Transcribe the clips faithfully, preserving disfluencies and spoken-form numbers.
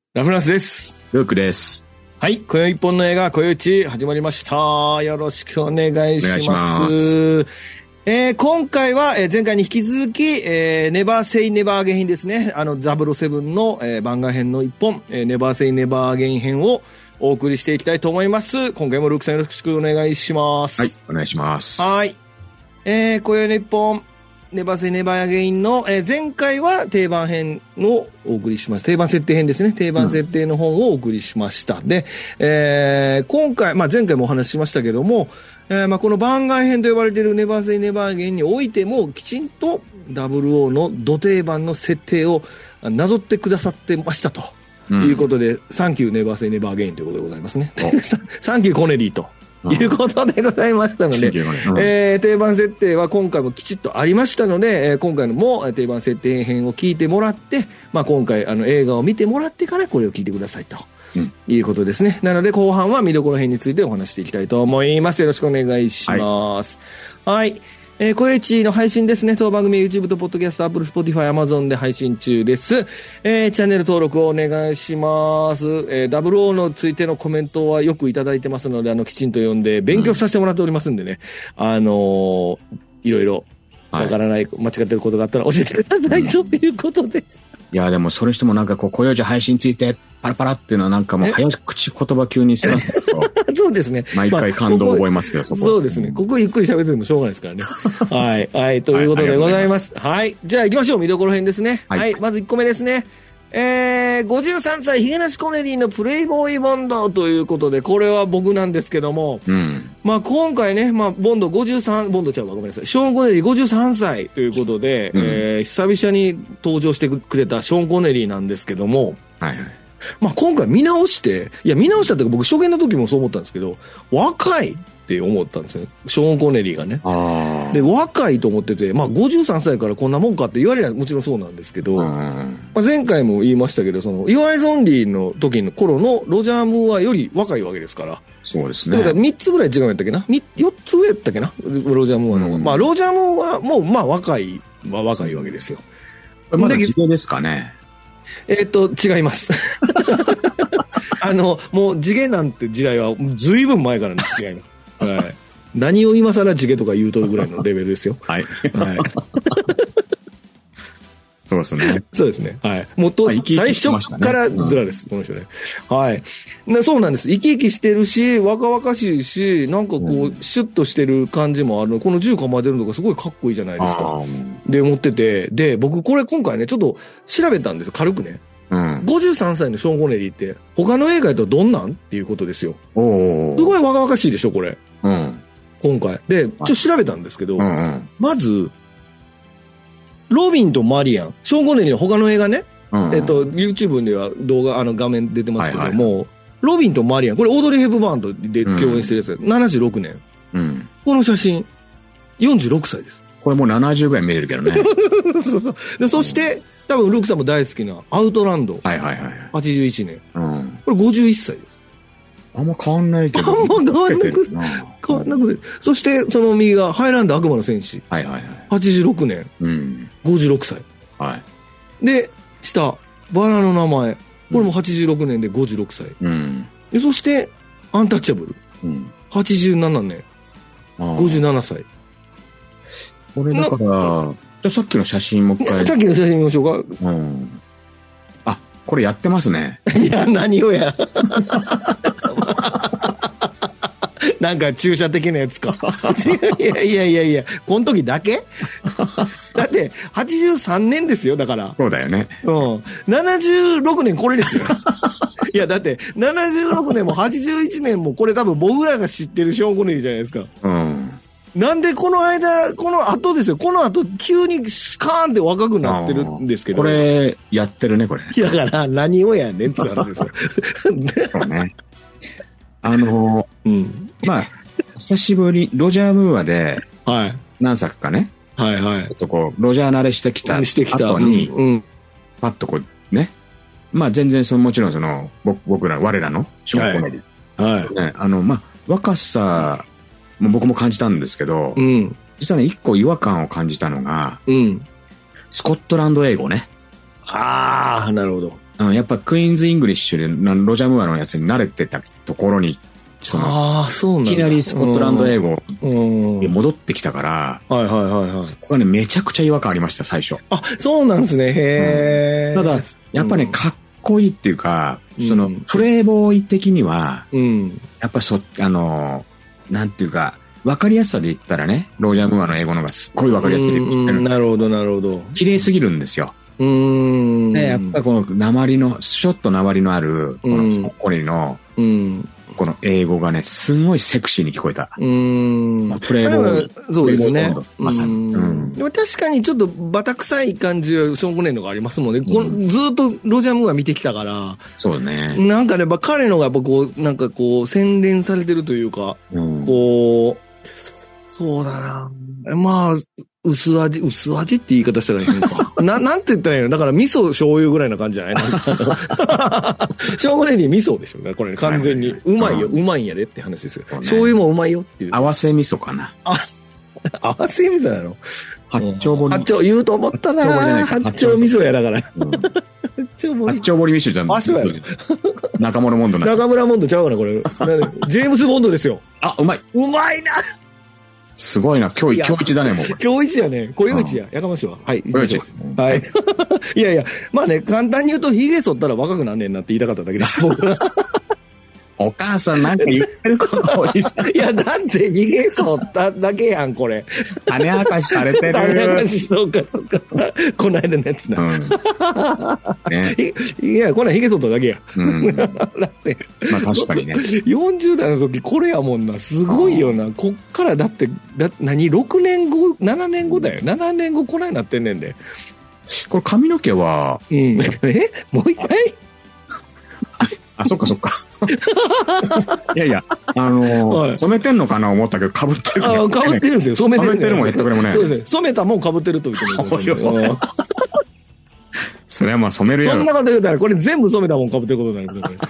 ラフランスです。 ルークです。 はい。今宵一本の映画、今宵一始まりました。よろしくお願いします。お願いします。えー、今回は、えー、前回に引き続き、えー、ネバーセイネバーゲインですね。あの、ダブルオーセブンの、えー、番外編の一本、えー、ネバーセイネバーゲイン編をお送りしていきたいと思います。今回もルークさんよろしくお願いします。 はい、お願いします。 はい。えー、今宵の一本、ネバーセイネバーゲインの、えー、前回は定番編をお送りしました。定番設定編ですね。定番設定の本をお送りしました。うん、で、えー、今回、まあ、前回もお話ししましたけども、えー、まあ、この番外編と呼ばれているネバーセイネバーゲインにおいても、きちんと ダブルオー の土定番の設定をなぞってくださってましたと。うん、いうことで、サンキューネバーセイネバーゲインということでございますね。サンキューコネリーと。いうことでございましたので、うんえー、定番設定は今回もきちっとありましたので、えー、今回のも定番設定編を聞いてもらって、まあ、今回あの映画を見てもらってからこれを聞いてくださいと、うん、いうことですね。なので後半は見どころ編についてお話していきたいと思います。よろしくお願いします。はい、はいえー、今宵一の配信ですね。当番組 YouTube と Podcast、Apple、Spotify、Amazon で配信中です。えー、チャンネル登録をお願いします。えー、ダブルオー のついてのコメントはよくいただいてますので、あの、きちんと読んで勉強させてもらっておりますんでね。うん、あのー、いろいろわからない、はい、間違ってることがあったら教えてくださいということで。 いや、でもそれしてもなんかこう、今宵一配信についてパラパラっていうのはなんかもう早口言葉級にしてますけど。 そうですね。 毎回感動を覚えますけど、 まあ、ここそそうですね。ここゆっくり喋っててもしょうがないですからね。はい。はい。ということでございます。はい。はい、じゃあ行きましょう。見どころ編ですね。はい。はい、まずいっこめですね。えー、ごじゅうさんさい、ヒゲなしコネリーのプレイボーイボンドということで、これは僕なんですけども、うん、まあ今回ね、まあボンドごじゅうさん、ボンドちゃうわ、ごめんなさい。ショーン・コネリーごじゅうさんさいということで、うん、えー、久々に登場してくれたショーン・コネリーなんですけども、はいはい。まあ今回見直して、いや見直したっていうか僕初見の時もそう思ったんですけど、若いって思ったんですよね。ショーン・コネリーがね。あで、若いと思ってて、まあごじゅうさんさいからこんなもんかって言われればもちろんそうなんですけど、まあ、前回も言いましたけど、その、イワイズ・オンリーの時の頃のロジャー・ムーアより若いわけですから。 そうですね。 だからみっつぐらい違うんやったっけな ?よっつ上やったっけなロジャー・ムーアの方が。まあロジャー・ムーアはもうまあ若い、まあ若いわけですよ。 まだ時代ですかね。 えっと、違います。あの、もう地毛なんて時代はずいぶん前からの違います。はい。何を今更地毛とか言うとるぐらいのレベルですよ。はい。はい。 そうですね。 そうですね。はい。もっと、最初からずらです、この人ね。はい。そうなんです。生き生きしてるし、若々しいし、なんかこう、うん、シュッとしてる感じもあるの。この銃構えてるのがすごいかっこいいじゃないですか。で、思ってて。で、僕これ今回ね、ちょっと調べたんですよ。軽くね。うん、ごじゅうさんさいのショーン・コネリーって、他の映画やとどんなんっていうことですよ。おすごい若々しいでしょ、これ。うん。今回。で、ちょっと調べたんですけど、うんうん、まず、ロビンとマリアン、ショーン・コネリーの他の映画ね、うんうん、えっと、YouTube では動画、あの画面出てますけども、はいはい、ロビンとマリアン、これオードリー・ヘプバーンとで共演してるやつ、うん、ななじゅうろくねん、うん。この写真、よんじゅうろくさいです。 これもうななじゅうぐらい見れるけどね。 そうそうでそして、多分ルークさんも大好きなアウトランド、はいはいはい、はちじゅういちねん、うん、これごじゅういっさいです。 あんま変わんないけど。 あんま変わんなく変わんなくそして、その右がハイランド悪魔の戦士。はいはいはい。はちじゅうろくねん。うん。ごじゅうろくさい。はい。で、下、バラの名前。これもはちじゅうろくねんでごじゅうろくさい。うん。で、そして、アンタッチャブル。うん。はちじゅうななねん。ごじゅうななさい。 これだから、じゃあさっきの写真もう一回。 さっきの写真見ましょうか。 うん。あ、これやってますね。 いや、何をや。なんか注射的なやつか。いやいやいやいや、この時だけだって、はちじゅうさんねんですよ、だから。 そうだよね。 うん。ななじゅうろくねんこれですよ。いや、だって、ななじゅうろくねんもはちじゅういちねんもこれ多分僕らが知ってるショーン・コネリーじゃないですか。うん。なんでこの間、この後ですよ。この後、急にカーンって若くなってるんですけど。 これ、やってるね、これ。 いや、だから、何をやねんって話ですよ。 そうね。あのー、うん。まあ、久しぶり、ロジャー・ムーアで、はい。何作かね。はいはい。ちょっとこう、ロジャー慣れしてきたしてきた後に、うん。パッとこう、ね。まあ、全然、その、もちろんその、僕ら、我らの、ショーン・コネリー。はい。ね、あの、まあ、若さ、もう僕も感じたんですけど、うん、実はね、一個違和感を感じたのが、うん、スコットランド英語ね。 ああ、なるほど。 うん、やっぱクイーンズ・イングリッシュでロジャー・ムーアのやつに慣れてたところに、その、 ああ、そうなんだ。 いきなりスコットランド英語に戻ってきたから、 はいはいはいはい。 ここがね、めちゃくちゃ違和感ありました、最初。 あ、そうなんですね、へえ、 うん。ただ、やっぱね、かっこいいっていうか、うん、その、プレイボーイ的には、うん、やっぱそ、あの、なんていうか、わかりやすさで言ったらね、ロジャー・ムーアの英語の方がすっごいわかりやすいで言ってる。 なるほど、なるほど。 綺麗すぎるんですよ。 うーん。 で、やっぱこの鉛の、ちょっと鉛のある、この、これの、うん、この英語がね、すごいセクシーに聞こえた。 うーん。 まあ、プレイボーイ。 そうですね。 まさに。うん、 でも確かにちょっとバタ臭い感じはショーン・コネリーのがありますもんね。このずっとロジャー・ムーア見てきたから。 そうね。 なんかね、やっぱ彼のがやっぱこう、なんかこう、洗練されてるというか、うん、こう、そうだな。まあ、薄味、薄味って言い方したらいいのか。な、なんて言ったらいいの？だから味噌醤油ぐらいな感じじゃないの？ショーゴネリー味噌でしょね、これ、ね、完全に。うまいよ、うまいんやでって話ですよ。ね、醤油もうまいよっていう。 合わせ味噌かな。 あ、合わせ味噌なの？ 八丁堀。 八丁言うと思ったな。八丁味噌やだから。 うん、八丁堀味噌じゃん。 あ、そうやろ。 中村モンドな。 中村モンドちゃうかな、これ。ジェームス・ボンドですよ。 あ、うまい。 うまいな。 すごいな。今日、今日一だね、もう。 今日一やね。これ一や。やかましいわ。はい。 これ一。 はい。いやいや、まあね、簡単に言うと、髭剃ったら若くなんねんなって言いたかっただけです。 お母さんなんか言ってるこのおじさん。 いや、だって髭剃っただけやん、これ。 種明かしされてる。 種明かし、そうか、そうか。こないだのやつな。うんね、いや、こない髭剃っただけや。うん、だって。 まあ確かにね。 よんじゅう代の時これやもんな。すごいよな。こっからだって、だ何 ?ろく 年後、ななねんごだよ。ななねんごこないなってんねんで。 これ髪の毛は、 うん。えもう一回あ、そっかそっか。いやいや、あのーはい、染めてんのかな思ったけど、被ってる、ね。 あ、被ってるんですよ。染めてる、 ね。染めてるもん、へったくれもね。 そうですね。染めたもん被ってると言ってもいい。 それはまあ染めるやろ。 そんなこと言うたら、これ全部染めたもん被ってることになるけどね。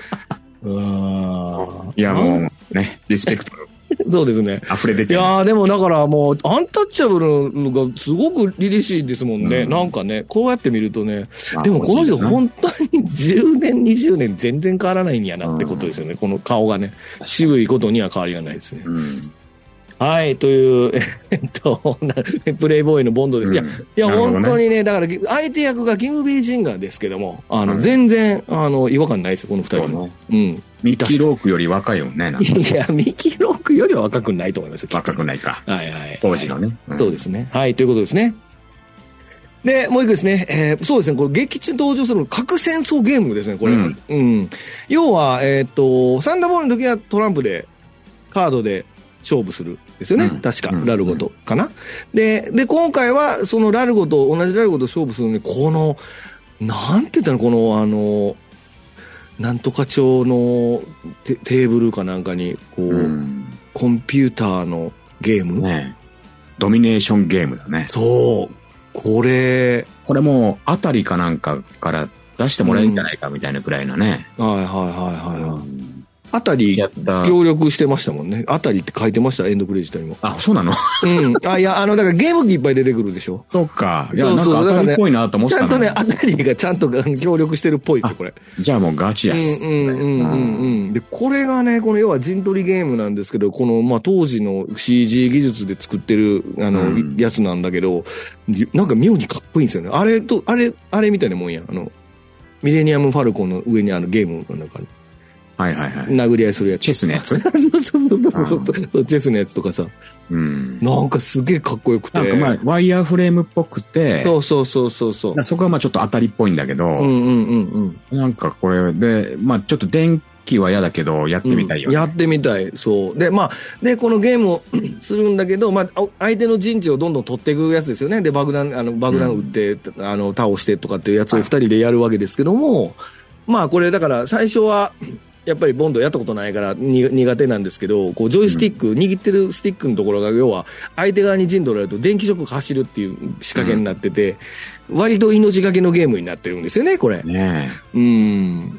いや、もう、ね、リスペクト。 そうですね。 溢れ出てる。 いやーでもだからもう、アンタッチャブルがすごく凛々しいですもんね。うん、なんかね、こうやって見るとね。でもこの人本当にじゅうねん、にじゅうねん全然変わらないんやなってことですよね。うん、この顔がね。渋いことには変わりがないですね。うん、はい、という、えっと、プレイボーイのボンドです。うん、いや、いや、ね、本当にね、だから相手役がキングビー・ジンガーですけども、あの、うん、全然、あの、違和感ないですよ、この二人も。うん。 ミキロークより若いよね。 いや、ミキロークよりは若くないと思いますよ。 若くないか。 はいはい。 当時のね、 うん。そうですね。はい、ということですね。で、もう一個ですね。えー、そうですね。これ、劇中登場する核戦争ゲームですね、これ。うん。うん、要は、えっ、ー、と、サンダーボールの時はトランプで、カードで勝負する。ですよね。うん、確か、うん、ラルゴとかな。で、で、今回は、そのラルゴと、同じラルゴと勝負するのに、この、なんて言ったの、この、あの、なんとか町の テ, テーブルかなんかにこう、うん、コンピューターのゲーム、 ね、ドミネーションゲームだね。 そうこれこれもうあたりかなんかから出してもらえるんじゃないかみたいなくらいのね、 うん、はいはいはいはい、うんあたり、協力してましたもんね。あたりって書いてました、エンドクレジットにも。 あ、そうなのうん。あ、いや、あの、だからゲーム機いっぱい出てくるでしょ。 そっか。いや、そうそう、なんかあたりっぽいなと思ってたの、 ね、ちゃんとね、あたりがちゃんと協力してるっぽいですよ、これ。 じゃあもうガチやす。 うんうんうんうんうん。で、これがね、この要は陣取りゲームなんですけど、この、まあ、当時の シージー 技術で作ってる、あの、うん、やつなんだけど、なんか妙にかっこいいんですよね。あれと、あれ、あれみたいなもんや。あの、ミレニアム・ファルコンの上にあるゲームの中に。 はいはいはい。 殴り合いするやつ。 チェスのやつそうそうそうそう。チェスのやつとかさ。 うん。 なんかすげえかっこよくて。 なんかまあ、ワイヤーフレームっぽくて。 そうそうそうそうそう。 そこはまあちょっと当たりっぽいんだけど。 うんうんうんうん。 なんかこれで、まあちょっと電気は嫌だけど、やってみたいよ、ねうん。やってみたい。そう。で、まあ、で、このゲームをするんだけど、まあ、相手の陣地をどんどん取っていくやつですよね。で、爆弾、あの、爆弾撃って、うん、あの、倒してとかっていうやつを二人でやるわけですけども、はい、まあこれだから最初は、やっぱりボンドやったことないからに苦手なんですけど、こうジョイスティック、うん、握ってるスティックのところが要は相手側に陣取られると電気ショックが走るっていう仕掛けになってて、うん、割と命がけのゲームになってるんですよね、これ。 ねえ。うん。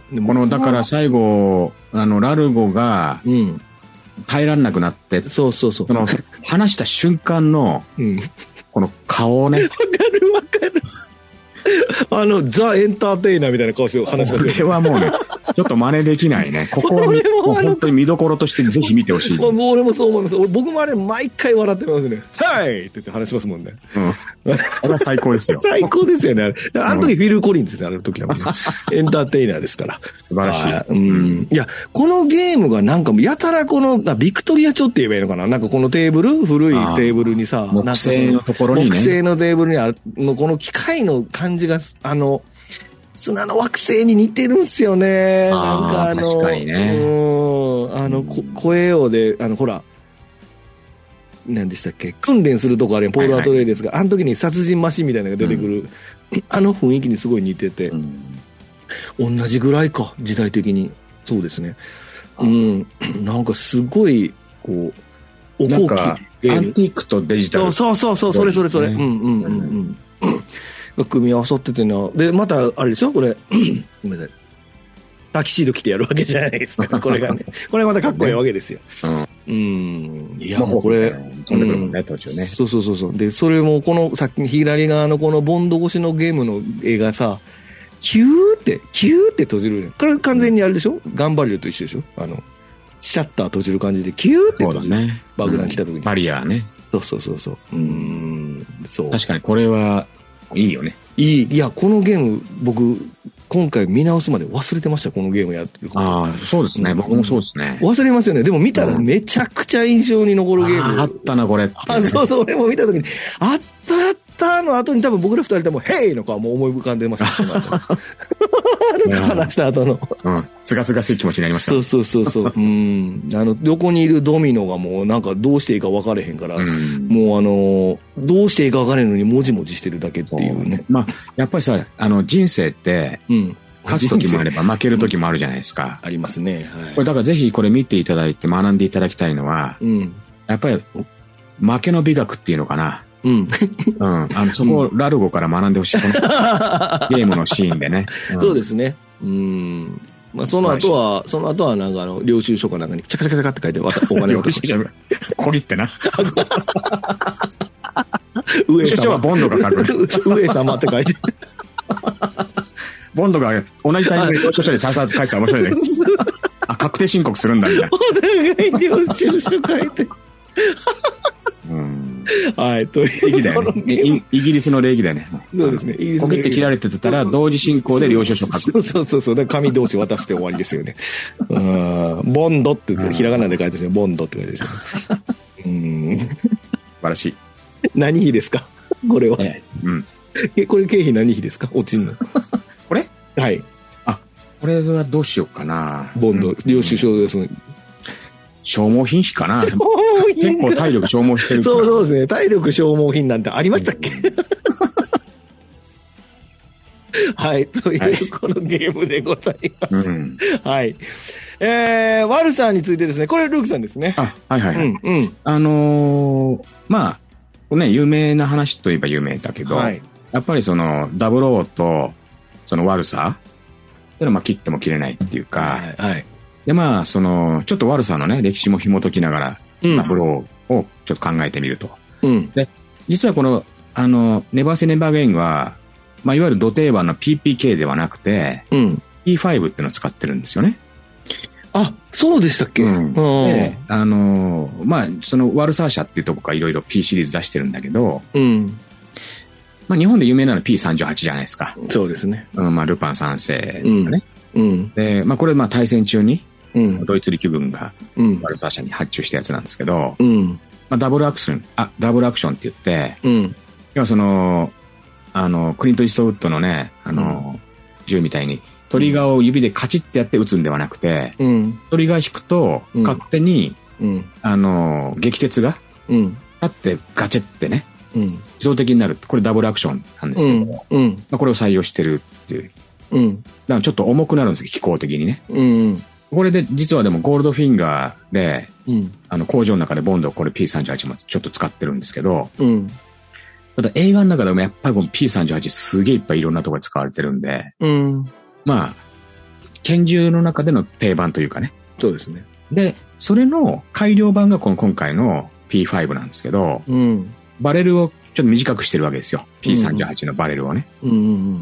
このだから最後あのラルゴが耐えられなくなって、うん、 そうそうそう。 その話した瞬間の、うん、この顔ね。 わかるわかる。 あの、ザ・エンターテイナーみたいな顔して話しますこれはもうね、ちょっと真似できないね。ここはもう本当に見どころとしてぜひ見てほしい。 もう俺もそう思います。俺僕もあれ毎回笑ってますね。はいって言って話しますもんね。 うん。あれは最高ですよ。 最高ですよね。あれあの時フィル・コリンズですよ、あの時はもんね。エンターテイナーですから。 素晴らしい。 うん。いや、このゲームがなんかやたらこの、ビクトリア朝って言えばいいのかな、なんかこのテーブル、古いテーブルにさ、 木製のところにね。 木製のテーブルにあるの、この機械の感じが、あの、砂の惑星に似てるんすよね。なんかあの、 確かにね。 うん、あの、こ声をで、あの、ほら、何でしたっけ、訓練するとこあれ、ポール・アトレイですが、はいはい、あの時に殺人マシンみたいなのが出てくる、うん、あの雰囲気にすごい似てて、うん、同じぐらいか、時代的に。そうですね。うん。なんかすごい、こう、 おこき。アンティークとデジタル。 そうそうそう、それそれそれ。うんうんうんうん。が組み合わさっててな。で、また、あれでしょこれ。ごめんなさい。タキシード着てやるわけじゃないですか。これがね。これまたかっこいいわけですよ。うん。いや、もうこれ。 飛んでくるもんね、途中ね。 そうそうそうそう。で、それもこの、さっき左側のこのボンド越しのゲームの絵がさ、キューって、キューって閉じる。これ完全にあれでしょ、ガンバリューと一緒でしょ、あの、シャッター閉じる感じで、キューって閉じる。そうだね。爆弾来た時に、うん。 バリアーね。 そうそうそうそう。うん。そう。 確かにこれは、いいよね。 いい。いや、このゲーム、僕、今回見直すまで忘れてました、このゲームやってる。 ああ、そうですね。僕もそうですね。 忘れますよね。でも見たらめちゃくちゃ印象に残るゲーム。 あ, あったな、これって、ね。 あ、そうそう。俺も見た時に、あったあったの後に多分僕ら二人とも、ヘイの顔も思い浮かんでました。話した後の。 うん。すがすがしい気持ちになりました。 そうそうそうそう。うん。あの、横にいるドミノがもうなんかどうしていいか分かれへんから、うん、もうあの、どうしていいか分かれへんのにもじもじしてるだけっていうね。 まあ、やっぱりさ、あの、人生って、うん。勝つ時もあれば負ける時もあるじゃないですか。 ありますね。はい。 これだからぜひこれ見ていただいて学んでいただきたいのは、うん、やっぱり負けの美学っていうのかな。うん。うん。あの、そこをラルゴから学んでほしい。このゲームのシーンでね。 うん、そうですね。うん。まあ、その後は、その後はなんかあの、領収書かなんかにチャカチャカチャカって書いて、お金を。 こぎってな。 上様はボンドが書く。上様って書いて。 ボンドが同じタイミングで領収書でさらさらって書いてたら面白いね。あ、確定申告するんだみたいな。 お互い領収書書いて。 うん。 はい。というだよね。イギリスの礼儀だよね。 そうですね。イギリスの礼儀。ポケット切られてたら同時進行で領収書書く。 そうそうそう。で紙同士渡して終わりですよね。うん。ボンドってひらがなで書いてるボンドって書いてる。うん。 素晴らしい。 何費ですかこれは。 うん。 え、これ経費何費ですか落ちんの。 これはい。 あ、これはどうしようかな。 ボンド、領収書ですね。 消耗品費かな。結構体力消耗してるから。 そうそうですね。体力消耗品なんてありましたっけ、はい。という、はい、このゲームでございます。うん、はい。えー、ワルサーについてですね、これルークさんですね。 あ、はいはいはい。 うん、うん。 あのー、まあ、ね、有名な話といえば有名だけど、はい、やっぱりその、ダブルオーと、その悪さっていうのはまあ切っても切れないっていうか、はいはい、でまあそのちょっと悪さのね歴史も紐解きながら、うん、ダブルオーをちょっと考えてみると、うん、で実はこのあのネバーセネバーゲインは、まあ、いわゆるド定番の ピーピーケー ではなくて、うん、ピーファイブ っていうのを使ってるんですよね。 あ、そうでしたっけ、うん、 であのまあそのワルサー社っていうところからいろいろ P シリーズ出してるんだけど、うんまあ、日本で有名なのは ピーさんじゅうはち じゃないですか。 そうですね。 うん、まあ、ルパン三世とかね。 うん。 で、まあ、これ、まあ、大戦中に、うん、ドイツ陸軍が、ワルサー社に発注したやつなんですけど、うん。まあ、ダブルアクション、あ、ダブルアクションって言って、うん。要はその、あの、クリント・イーストウッドのね、あの、うん、銃みたいに、トリガーを指でカチッてやって撃つんではなくて、うん。トリガー引くと、勝手に、うん。あの、撃鉄が、うん。立ってガチッてね、うん、自動的になる。これダブルアクションなんですけど、うんうんまあ、これを採用してるっていう。うん、だからちょっと重くなるんですよ、機構的にね。うんうん、これで実はでもゴールドフィンガーで、うん、あの工場の中でボンドをこれ ピーさんじゅうはち もちょっと使ってるんですけど、うん、ただ映画の中でもやっぱりこの ピーさんじゅうはち すげえいっぱいいろんなところで使われてるんで、うん、まあ、拳銃の中での定番というかね。 そうですね。 で、それの改良版がこの今回の ピーファイブ なんですけど、うんバレルをちょっと短くしてるわけですよ。ピーさんじゅうはち のバレルをね。 うんうん、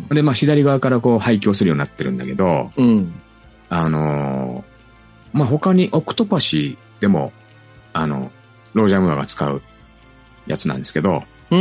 で、まあ左側からこう排気をするようになってるんだけど、 うん、 あのー、まあ他にオクトパシーでも、あの、ロージャー・ムーアが使うやつなんですけど、 うん、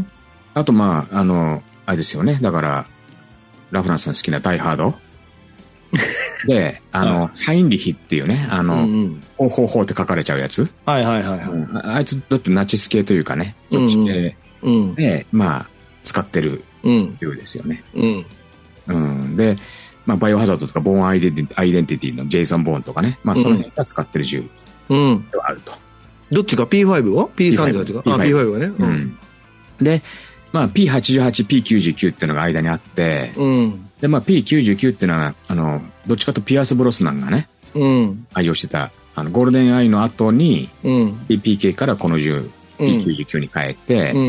あとまあ、あの、あれですよね。だから、ラフランスさん好きなダイハードで、あの、はい、ハインリヒっていうね、あの、うんうん、ほうほうほうって書かれちゃうやつ。 はいはいはい、はいうん、あ, あいつだってナチス系というかね、そっち系で、うんうん、まあ、使ってる理由ですよね。 うん。 うん。で、まあ、バイオハザードとか、ボーンアイデンティティ、アイデンティティのジェイソン・ボーンとかね、まあ、その辺が使ってる銃ではあると。 うん、どっちか ピーファイブ は ピーさんじゅうはち がピーファイブあ、ピーファイブ はね。 うん。うん、で、まあ、ピーはちじゅうはち、ピーきゅうじゅうきゅう っていうのが間にあって、 うん。 で、まあ、ピーきゅうじゅうきゅう っていうのは、あの、どっちかとピアース・ブロスナンがね、 うん。 愛用してた、あの、ゴールデンアイの後に、 うん。 ピーピーケー からこの銃、ピーきゅうじゅうきゅう に変えて、 うんうん、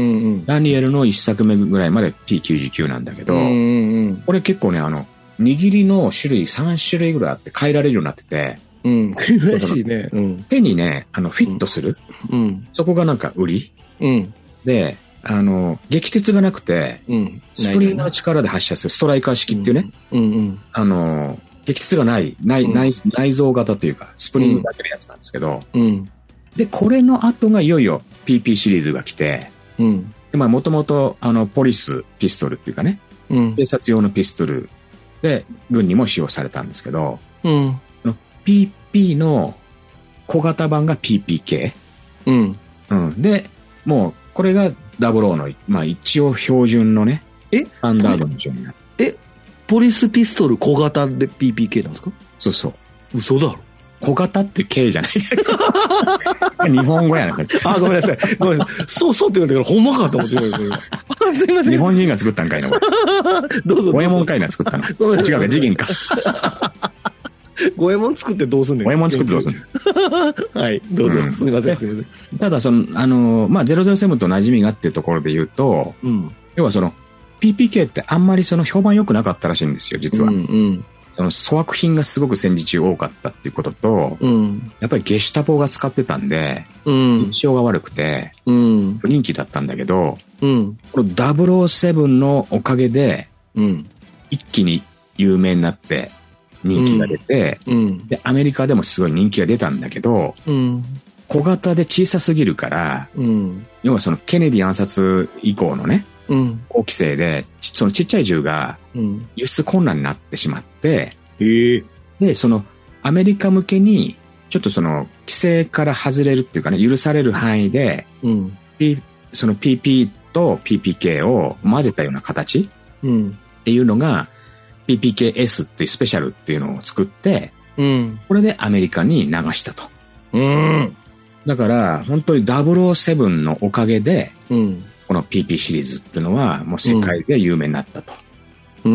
ダニエルの一作目ぐらいまで ピーきゅうじゅうきゅう なんだけど、 うんうん、 これ結構ね、あの、握りの種類さん種類ぐらいあって変えられるようになってて、 うん。らしいね。 うん、手にね、あの、フィットする、 うん。 そこがなんか売り、 うん。 で、あの、激鉄がなくて、 うん、 スプリングの力で発射するストライカー式っていうね、 うんうん、 あの、激鉄がない、内、うん、内、内蔵型というか、スプリングだけのやつなんですけど、 うん、 で、これの後がいよいよ ピーピー シリーズが来て、 うん、 で、まあ、もともと、あの、ポリスピストルっていうかね、 うん、 警察用のピストルで、軍にも使用されたんですけど、 うん、 ピーピー の小型版が ピーピーケー、うん、 うん。で、もう、これがダブルオーの、まあ一応標準のね、 えスタンダードの順になって。 え、ポリスピストル小型で ピーピーケー なんですか？ そうそう。 嘘だろ。 小型って K じゃない日本語やな、これ。 あ、ごめんなさい。ごめんなさい。そうそうって言われたからほんまかと思って言われて。すいません。 日本人が作ったんかいな、これ。 どうぞ。 五右衛門かいな作ったの。 ごめんなさい。 違うか、次元か。 五右衛門作ってどうすんねん。 五右衛門作ってどうすんねん。はい、どうぞ。うん、すみません、すみません。 ただ、その、あの、まあ、ゼロゼロセブンと馴染みがっていうところで言うと、 うん、 要はその、ピーピーケー ってあんまりその評判良くなかったらしいんですよ、実は。 うんうん、 その粗悪品がすごく戦時中多かったっていうことと、 うん、 やっぱりゲシュタポが使ってたんで、 うん、 印象が悪くて、 うん、 不人気だったんだけど、 うん、 このダブルオーセブンのおかげで、 うん、 一気に有名になって人気が出て、 うん、 で、アメリカでもすごい人気が出たんだけど、 うん、 小型で小さすぎるから、 うん、 要はそのケネディ暗殺以降のね、 うん、 法規制で、そのちっちゃい銃が輸出困難になってしまって、 うん、へえ。 で、そのアメリカ向けに、ちょっとその規制から外れるっていうかね、許される範囲で、 うん、 P、その ピーピー と ピーピーケー を混ぜたような形、 うん、 っていうのが ピーピーケーエス っていうスペシャルっていうのを作って、 うん、 これでアメリカに流したと。 うん、 だから本当にダブルオーセブンのおかげで、 うん、 この ピーピー シリーズっていうのはもう世界で有名になったと。 うん。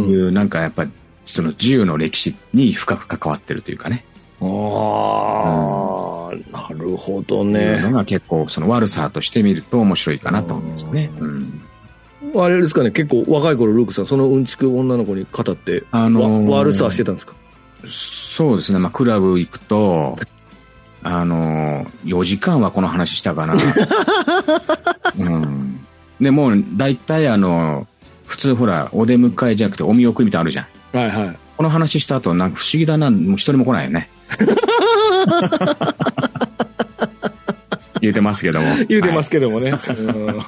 いう、なんかやっぱりその銃の歴史に深く関わってるというかね。 ああ、うん、なるほどね。 いうのが結構その悪さとして見ると面白いかなと思うんですよね。うん。 あれですかね、結構若い頃ルークさん、そのうんちく女の子に語って、あのー、悪さはしてたんですか？ そうですね。まあクラブ行くと、あのー、よじかんはこの話したかな。うん。で、もう大体あの、普通ほら、お出迎えじゃなくてお見送りみたいなのあるじゃん。 はいはい。 この話した後、なんか不思議だな、もう一人も来ないよね。言うてますけども。 言うてますけどもね。はい、うん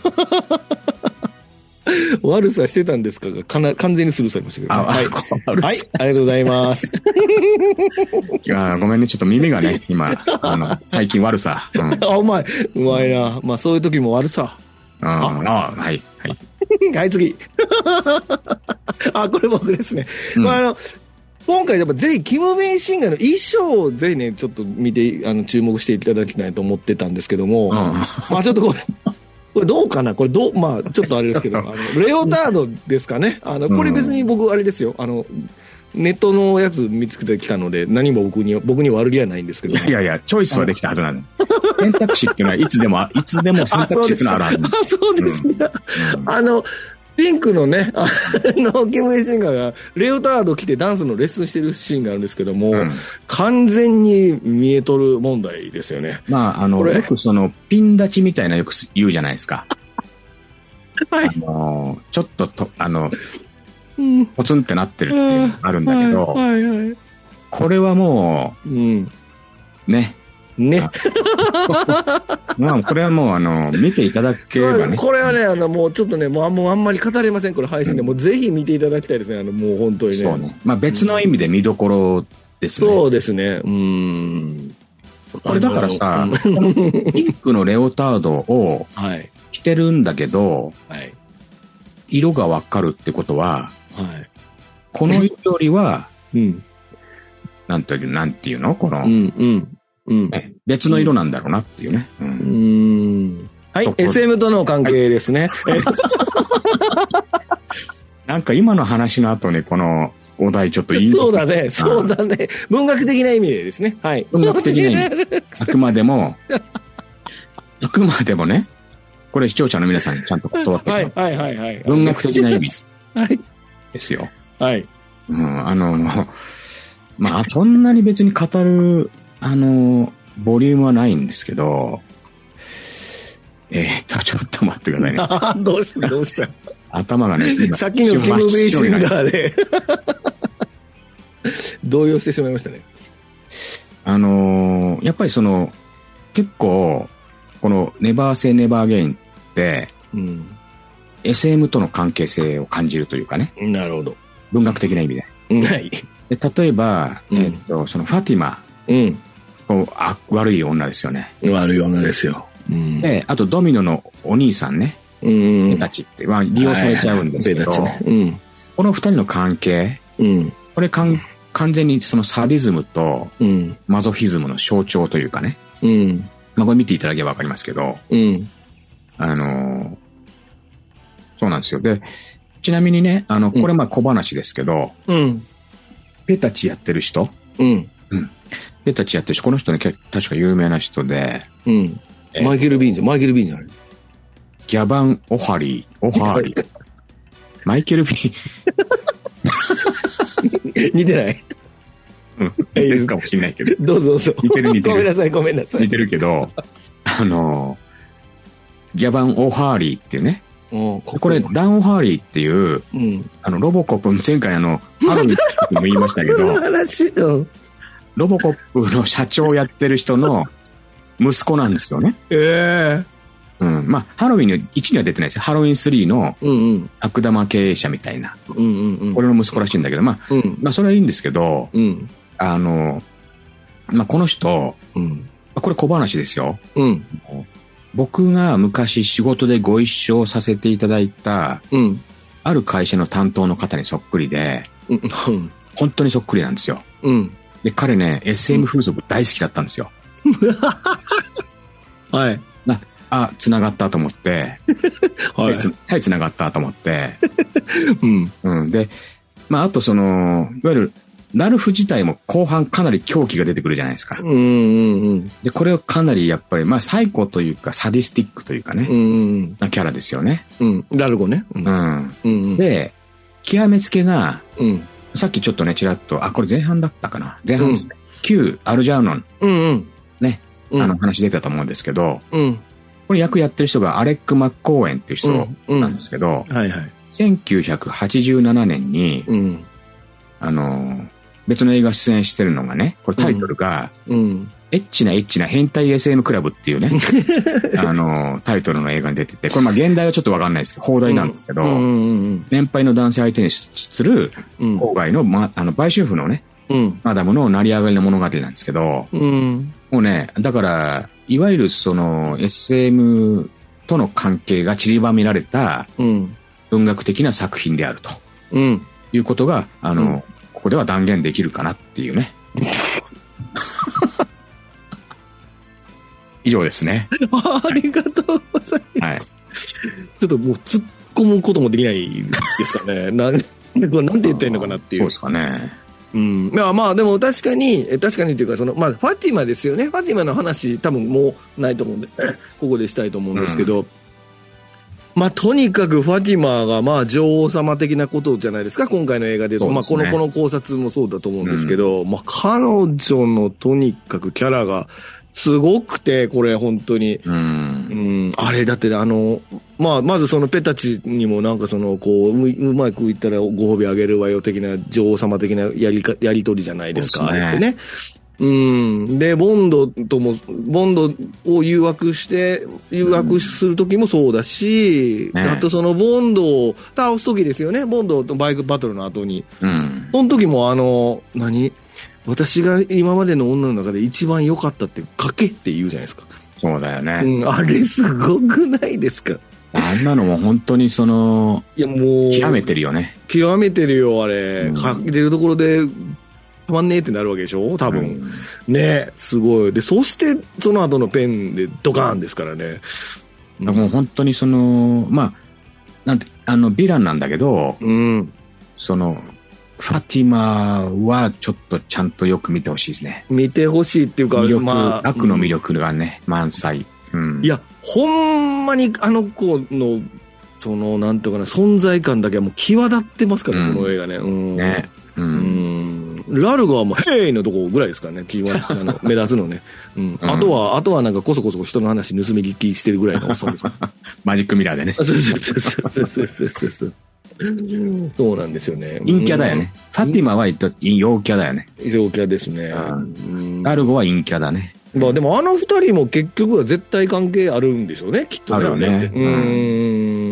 悪さしてたんですかがかな完全にスルーされましたけど、ね、 あ、 はい、はい、ありがとうございます。 いやごめんね、ちょっと耳がね、今、あの、最近悪さ。 うん、あ、うまい。うまいな。まあそういう時も悪さ。 ああ、はい、はい。 はい、次。あ、これ僕ですね。うん、まああの、今回やっぱぜひキム・ベイシンガーの衣装をぜひね、ちょっと見て、あの、注目していただきたいと思ってたんですけども、うん、まあちょっとこれ、これどうかなこれどう、まあちょっとあれですけど、あのレオタードですかね。あの、これ別に僕あれですよ。あの、ネットのやつ見つけてきたので、何も僕に、僕に悪気はないんですけど。 いやいや、チョイスはできたはずなの。選択肢っていうのはいつでも、いつでも選択肢っていうのはあるはず。 あ、そうですね。うん、あの、ピンクのね、あの、キム・ベイシンガーが、レオタード着てダンスのレッスンしてるシーンがあるんですけども、うん、完全に見えとる問題ですよね。 まあ、あの、よくその、ピン立ちみたいなよく言うじゃないですか。 はい、あのちょっととあの、うん、ポツンってなってるっていうのがあるんだけど、はいはいはい、これはもう、うん、ねね。 まあこれはもうあの見ていただければね。 これはねあのもうちょっとねもう、もうあんまり語れませんこれ配信で、うん、もうぜひ見ていただきたいですねあのもう本当にね。 そうね。まあ別の意味で見どころですね。 そうですね。うん。 これだからさ、ピンクのレオタードを着てるんだけど、はい、色がわかるってことは、はい、この色よりは、うん、なんていう、なんていうのこの、うんうんうんね、別の色なんだろうなっていうね。うん。 うんはい、エスエム との関係ですね。はい、 なんか今の話の後にこの、お題ちょっといいそうだね、そうだね。文学的な意味でですね。はい。 文学的な意味。あくまでも、あくまでもね、これ視聴者の皆さんにちゃんと断ってください。はいはいはいはい。文学的な意味。はい。ですよ。はい。うん、あの、まあ、そんなに別に語る、あの、ボリュームはないんですけど、えーっと、ちょっと待ってくださいね。どうしたどうした頭がね、 さっきのキム・ベイシンガーで動揺してしまいましたね。 あのー、やっぱりその結構このネバーセイネバーゲインって、うん、エスエム との関係性を感じるというかね。 なるほど。 文学的な意味で。 はい。 で例えば、うん、えー、っとそのファティマ、うん、こうあ悪い女ですよね。 悪い女ですよ。 うん、であとドミノのお兄さんね。ペタチって、まあ、利用されちゃうんですけど、はいはいねうん、この二人の関係、うん、これかん完全にそのサディズムとマゾフィズムの象徴というかね、うんまあ、これ見ていただければ分かりますけど、うん、あのー、そうなんですよ。でちなみにねあのこれまあ小話ですけど、うん、ペタチやってる人、うんうん、ペタチやってる人この人ね確か有名な人で、 うんえー、マイケル・ビーンじゃマイケル・ビーンじゃないギャバン・オハリー、オハーリー。マイケル・ビーン。似てないうん。似てるかもしれないけど。 どうぞどうぞ。 似てる似てる。 ごめんなさい、ごめんなさい。 似てるけど、あの、ギャバン・オハーリーっていうね。これ、ラン・オハーリーっていう、うん、あの、ロボコップ、前回あの、ハロミっても言いましたけど、ロボコップの社長をやってる人の息子なんですよね。ええーうん、まあハロウィンのいちには出てないですよ。ハロウィンスリーの悪玉経営者みたいな、うんうんうん、これの息子らしいんだけど、まあ、うん、まあそれはいいんですけど、うん、あの、まあこの人、うん、これ小話ですよ、うん、僕が昔仕事でご一緒させていただいた、うん、ある会社の担当の方にそっくりで、うん、本当にそっくりなんですよ、うん、で彼ね エスエム 風俗大好きだったんですよ、はいなあ、繋がったと思って。はい。はい、繋がったと思って。うん。うん。で、まあ、あとその、いわゆる、ラルフ自体も後半かなり狂気が出てくるじゃないですか。うんうんうん。で、これをかなりやっぱり、まあ、サイコというか、サディスティックというかね。うんうん。なキャラですよね。 うん。ラルゴね。 うん。うんうん、で、極めつけが、うん。さっきちょっとね、ちらっと、あ、これ前半だったかな。前半ですね。うん、旧アルジャーノン。うんうん。ね。あの話出てたと思うんですけど、うん。これ役やってる人がアレック・マッコーエンっていう人なんですけど、うんうんはいはい、せんきゅうひゃくはちじゅうななねんに、うん、あの別の映画出演してるのがねこれタイトルが、うん、エッチなエッチな変態 エスエム クラブっていうねあのタイトルの映画に出ててこれまあ現代はちょっと分かんないですけど放題なんですけど、うんうんうん、年配の男性相手にする郊外の、ま、あの売春婦のね、うん、マダムの成り上がりの物語なんですけど、うん、もうねだからいわゆるその エスエム との関係が散りばめられた文学的な作品であると、うん、いうことがあの、うん、ここでは断言できるかなっていうね以上ですね。 ありがとうございます、はい、ちょっともう突っ込むこともできないですかねなんなんて言ったらいいのかなっていう。 そうですかね。 うん、まあまあでも確かに確かにというかその、まあ、ファティマですよね。ファティマの話多分もうないと思うんでここでしたいと思うんですけど、うん、まあとにかくファティマがまあ女王様的なことじゃないですか今回の映画でいうと、まあ、このこの考察もそうだと思うんですけど、うん、まあ、彼女のとにかくキャラがすごくてこれ本当に、うん、 、あれだってあの、まあ、まずそのペタチにもなんかそのこう う, うまくいったらご褒美あげるわよ的な女王様的なやりかやり取りじゃないですか。そうですね。あれってね。うん。で、ボンドとも、ボンドを誘惑して、誘惑するときもそうだし、うん、ね、あとそのボンドを倒すときですよね。ボンドとバイクバトルの後に。うん。その時もあの、何私が今までの女の中で一番良かったって賭けって言うじゃないですか。 そうだよね。 うん。あれすごくないですか。 あんなのも本当にその、いやもう、極めてるよね。 極めてるよ、あれ。うん、かけてるところで、たまんねえってなるわけでしょ多分、うん、ね、すごい。でそしてその後のペンでドカーンですからね、 うん、もう本当にそのまあなんてあのヴィランなんだけど、うん、そのファティマはちょっとちゃんとよく見てほしいですね。 見てほしいっていうか、 魅力、まあ、悪の魅力がね、うん、満載、 うん、いやほんまにあの子のそのなんとかな存在感だけはもう際立ってますから、うん、この映画ね、うん、ね、うんうんラルゴはもうヘイのとこぐらいですからね、キーワードあの目立つのね、うん、あとはあとはなんかこそこそ人の話盗み聞きしてるぐらいのおっさんですマジックミラーでね。 そうそうそうそうそうそうそうそうなんですよね。 陰キャだよね。ファティマは陽キャだよね。 陽キャですね。 うん、ラルゴは陰キャだね。 まあでもあの二人も結局は絶対関係あるんでしょうね、きっとね。 あるよね。 うん。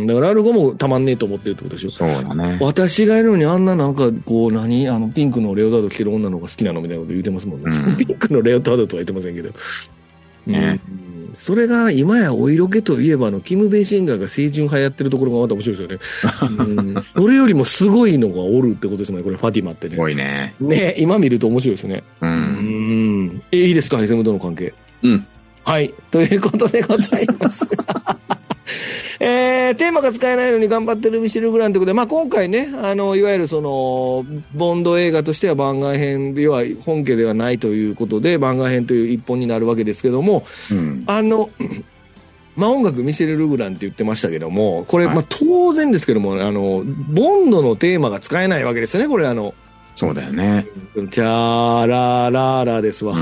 だからラルゴもたまんねえと思ってるってことでしょ。 そうだね。 私がいるのにあんななんかこう何あのピンクのレオタード着てる女の子が好きなのみたいなこと言ってますもんね。うん、ピンクのレオタードとは言ってませんけど。ね。うん、それが今やお色気といえばのキム・ベイシンガーが清純派やってるところがまた面白いですよね。うん、それよりもすごいのがおるってことですもんね、これファティマってね。 すごいね。 ね、今見ると面白いですね。うん。うん、え、いいですか、エスエムとの関係。うん。はい。ということでございます。えー、テーマが使えないのに頑張ってるミシェル・グランということで、まあ、今回ね、あの、いわゆるその、ボンド映画としては番外編、要は本家ではないということで、番外編という一本になるわけですけども、うん、あの、まあ、音楽ミシェル・ルグランって言ってましたけども、これ、はい、まあ、当然ですけども、あの、ボンドのテーマが使えないわけですよね、これあの、 そうだよね。 チャーラーラーラですわ。うん、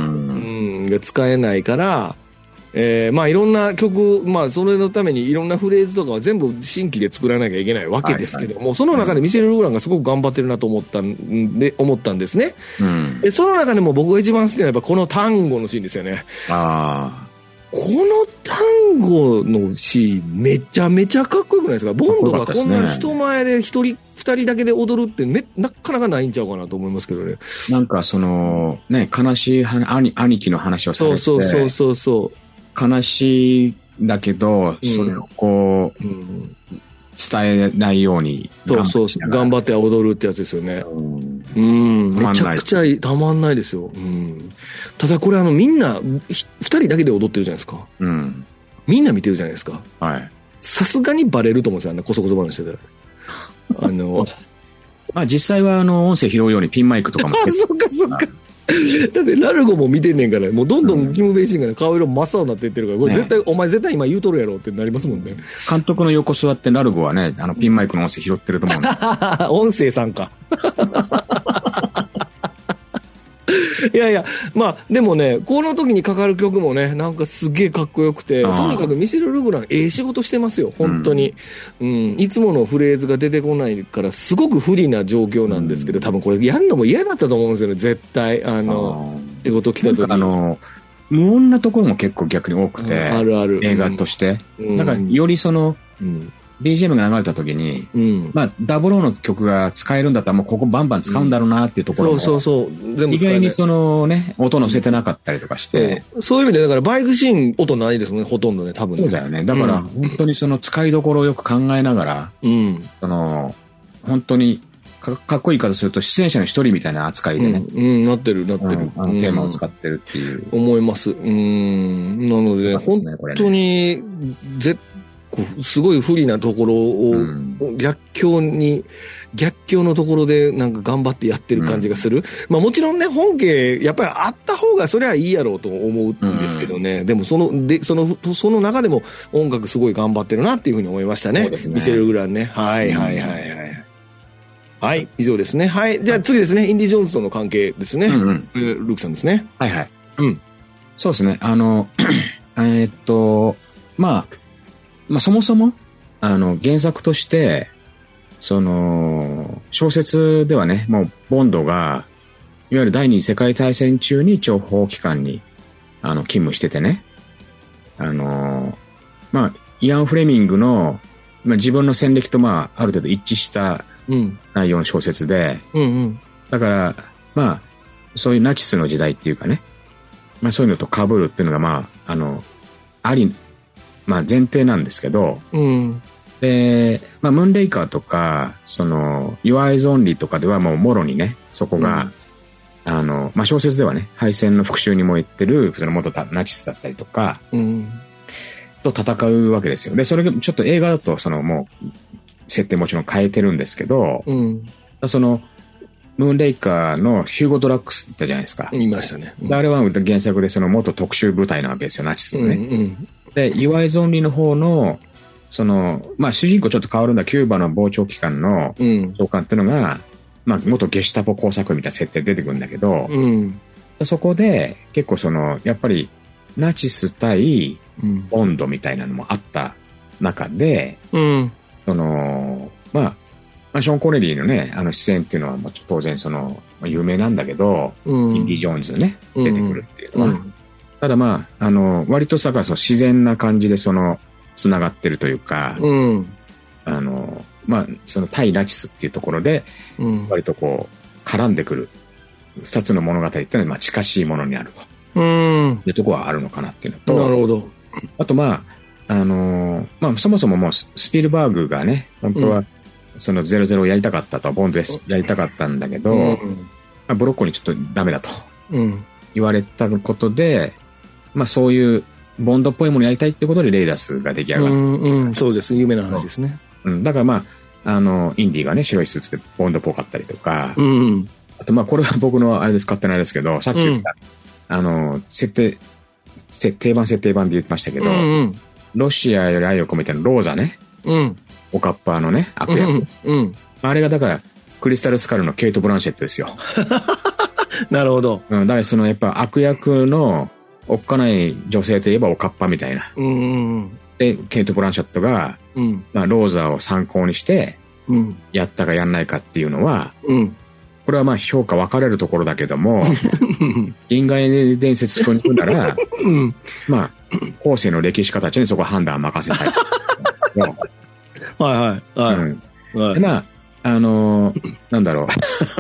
うん、が使えないから、えー、まあいろんな曲、まあそれのためにいろんなフレーズとかは全部新規で作らなきゃいけないわけですけども、はいはい、その中でミシェル・ルグランがすごく頑張ってるなと思ったんで、思ったんですね。うん、でその中でも僕が一番好きなのはやっぱこのタンゴのシーンですよね。ああ。このタンゴのシーンめちゃめちゃかっこよくないですか。ボンドがこんな人前で一人二人だけで踊るってめなかなかないんちゃうかなと思いますけどね。 なんかそのね、悲しい兄兄貴の話をされて、 そうそうそうそう。 悲しいんだけど、うん、それをこう、うん、伝えないようにそうそうそう頑張って踊るってやつですよね。うん、うんめちゃくちゃたまんないですよ。うん、ただこれあのみんなふたりだけで踊ってるじゃないですか。うん、みんな見てるじゃないですか。はい。さすがにバレると思うんですよ、あんなこそこそ話してたら。あのまあ実際はあの音声拾うようにピンマイクとかも。 あ、そっかそっか。だってラルゴも見てんねんから、もうどんどんキム・ベイシンが顔色真っ青になっていってるから、これ絶対、ね、お前絶対今言うとるやろってなりますもんね。 監督の横座ってラルゴはね、あのピンマイクの音声拾ってると思うんで。 音声さんか。いやいや、まあでもね、この時にかかる曲もね、なんかすげえかっこよくて、とにかくミシェル・ルグランええ仕事してますよ、本当に、うん、うん。いつものフレーズが出てこないからすごく不利な状況なんですけど、多分これやるのも嫌だったと思うんですよね、絶対。あの、仕事来た時に。 あの、無音なところも結構逆に多くて、 あるある。 映画として。うん、だからよりその、うんビージーエム が流れた時に、うん、まあ、ダブルオーの曲が使えるんだったらもうここバンバン使うんだろうなっていうところも、うん、そうそうそう全部意外にそのね、音乗せてなかったりとかして。 うん、そういう意味で、だからバイクシーン音ないですもんね、ほとんどね、多分ね。 そうだよね。だから本当にその使いどころをよく考えながら、うん、その、本当にか、かっこいい言い方すると出演者の一人みたいな扱いでね。 うん、うん、なってる、なってる。うん、 あのテーマを使ってるっていう。 思います。うん。なので、ね、本当に、絶すごい不利なところを逆境に、逆境のところでなんか頑張ってやってる感じがする。うん、まあもちろんね、本家、やっぱりあった方がそれはいいやろうと思うんですけどね。うん、でもその、で、その、その中でも音楽すごい頑張ってるなっていうふうに思いましたね。ねミシェル・グランね。はいはいはいはい。はい、以上ですね。はい。じゃあ次ですね。インディ・ジョーンズとの関係ですね。うんうん、ルークさんですね。 はいはい。うん。そうですね。あの、えー、っと、 まあ、まあそもそも、あの、原作として、その、小説ではね、もう、ボンドが、いわゆる第二次世界大戦中に諜報機関に、あの、勤務しててね、あの、まあ、イアン・フレミングの、まあ、自分の戦歴と、まあ、ある程度一致した内容の小説で、うんうんうん、だから、まあ、そういうナチスの時代っていうかね、まあ、そういうのと被るっていうのが、まあ、あの、あり、まあ、前提なんですけど、うん、で、まあ、ムーンレイカーとか、その、Your Eyes Only とかではもうもろにね、そこが、うん、あの、まあ、小説ではね、敗戦の復讐に燃えてる、その元ナチスだったりとか、うん、と戦うわけですよ。で、それがちょっと映画だと、そのもう、設定もちろん変えてるんですけど、うん、その、ムーンレイカーのヒューゴ・ドラッグスって言ったじゃないですか。 言いましたね。 うん、あれは原作でその元特殊部隊なわけですよ、ナチスのね。うんうん、で、Your Eyes Only の方の、その、まあ、主人公ちょっと変わるんだ、キューバの傍聴機関の長官っていうのが、うん、まあ、元ゲシュタポ工作みたいな設定出てくるんだけど、うん、そこで結構その、やっぱりナチス対ボンドみたいなのもあった中で、うん、その、まあ、まあ、ショーン・コネリーのね、あの出演っていうのはもう当然その、有名なんだけど、うん、インディ・ジョーンズね、出てくるっていうのは。うん、ただまあ、あの、割とだからその自然な感じでその、つながってるというか、うん、あの、まあ、その対ナチスっていうところで、割とこう、絡んでくる二つの物語っていうのは、まあ、近しいものになると。うん。いうところはあるのかなっていうのと、 なるほど。 あとまあ、あの、まあ、そもそももうスピルバーグがね、本当は、そのゼロゼロをやりたかったと、ボンドやりたかったんだけど、うん、まあ、ブロッコリーちょっとダメだと、言われたことで、まあ、そういう、ボンドっぽいものやりたいってことでレイダースが出来上がる。 うんうん、そうです。有名な話ですね。 うん、だからまあ、あの、インディがね、白いスーツでボンドっぽかったりとか、うん、あとまあ、これは僕のあれです、勝手なあれですけど、さっき言った、うん、あの、設定、設定版設定版で言ってましたけど、うんうん、ロシアより愛を込めてのローザね、うん、おかっぱのね、悪役、うんうん、あれがだから、クリスタルスカルのケイト・ブランシェットですよ。 なるほど。 うん、だからそのやっぱ悪役の、おっかない女性といえばおかっぱみたいな。うんうん、で、ケイト・ブランシェットが、うん、まあ、ローザを参考にして、うん、やったかやんないかっていうのは、うん、これはまあ評価分かれるところだけども、銀河英伝説風に行くなら、うん、まあ、後世の歴史家たちにそこは判断を任せたい。 はいはい。はい。うんはい、でまあ、あのー、なんだろう。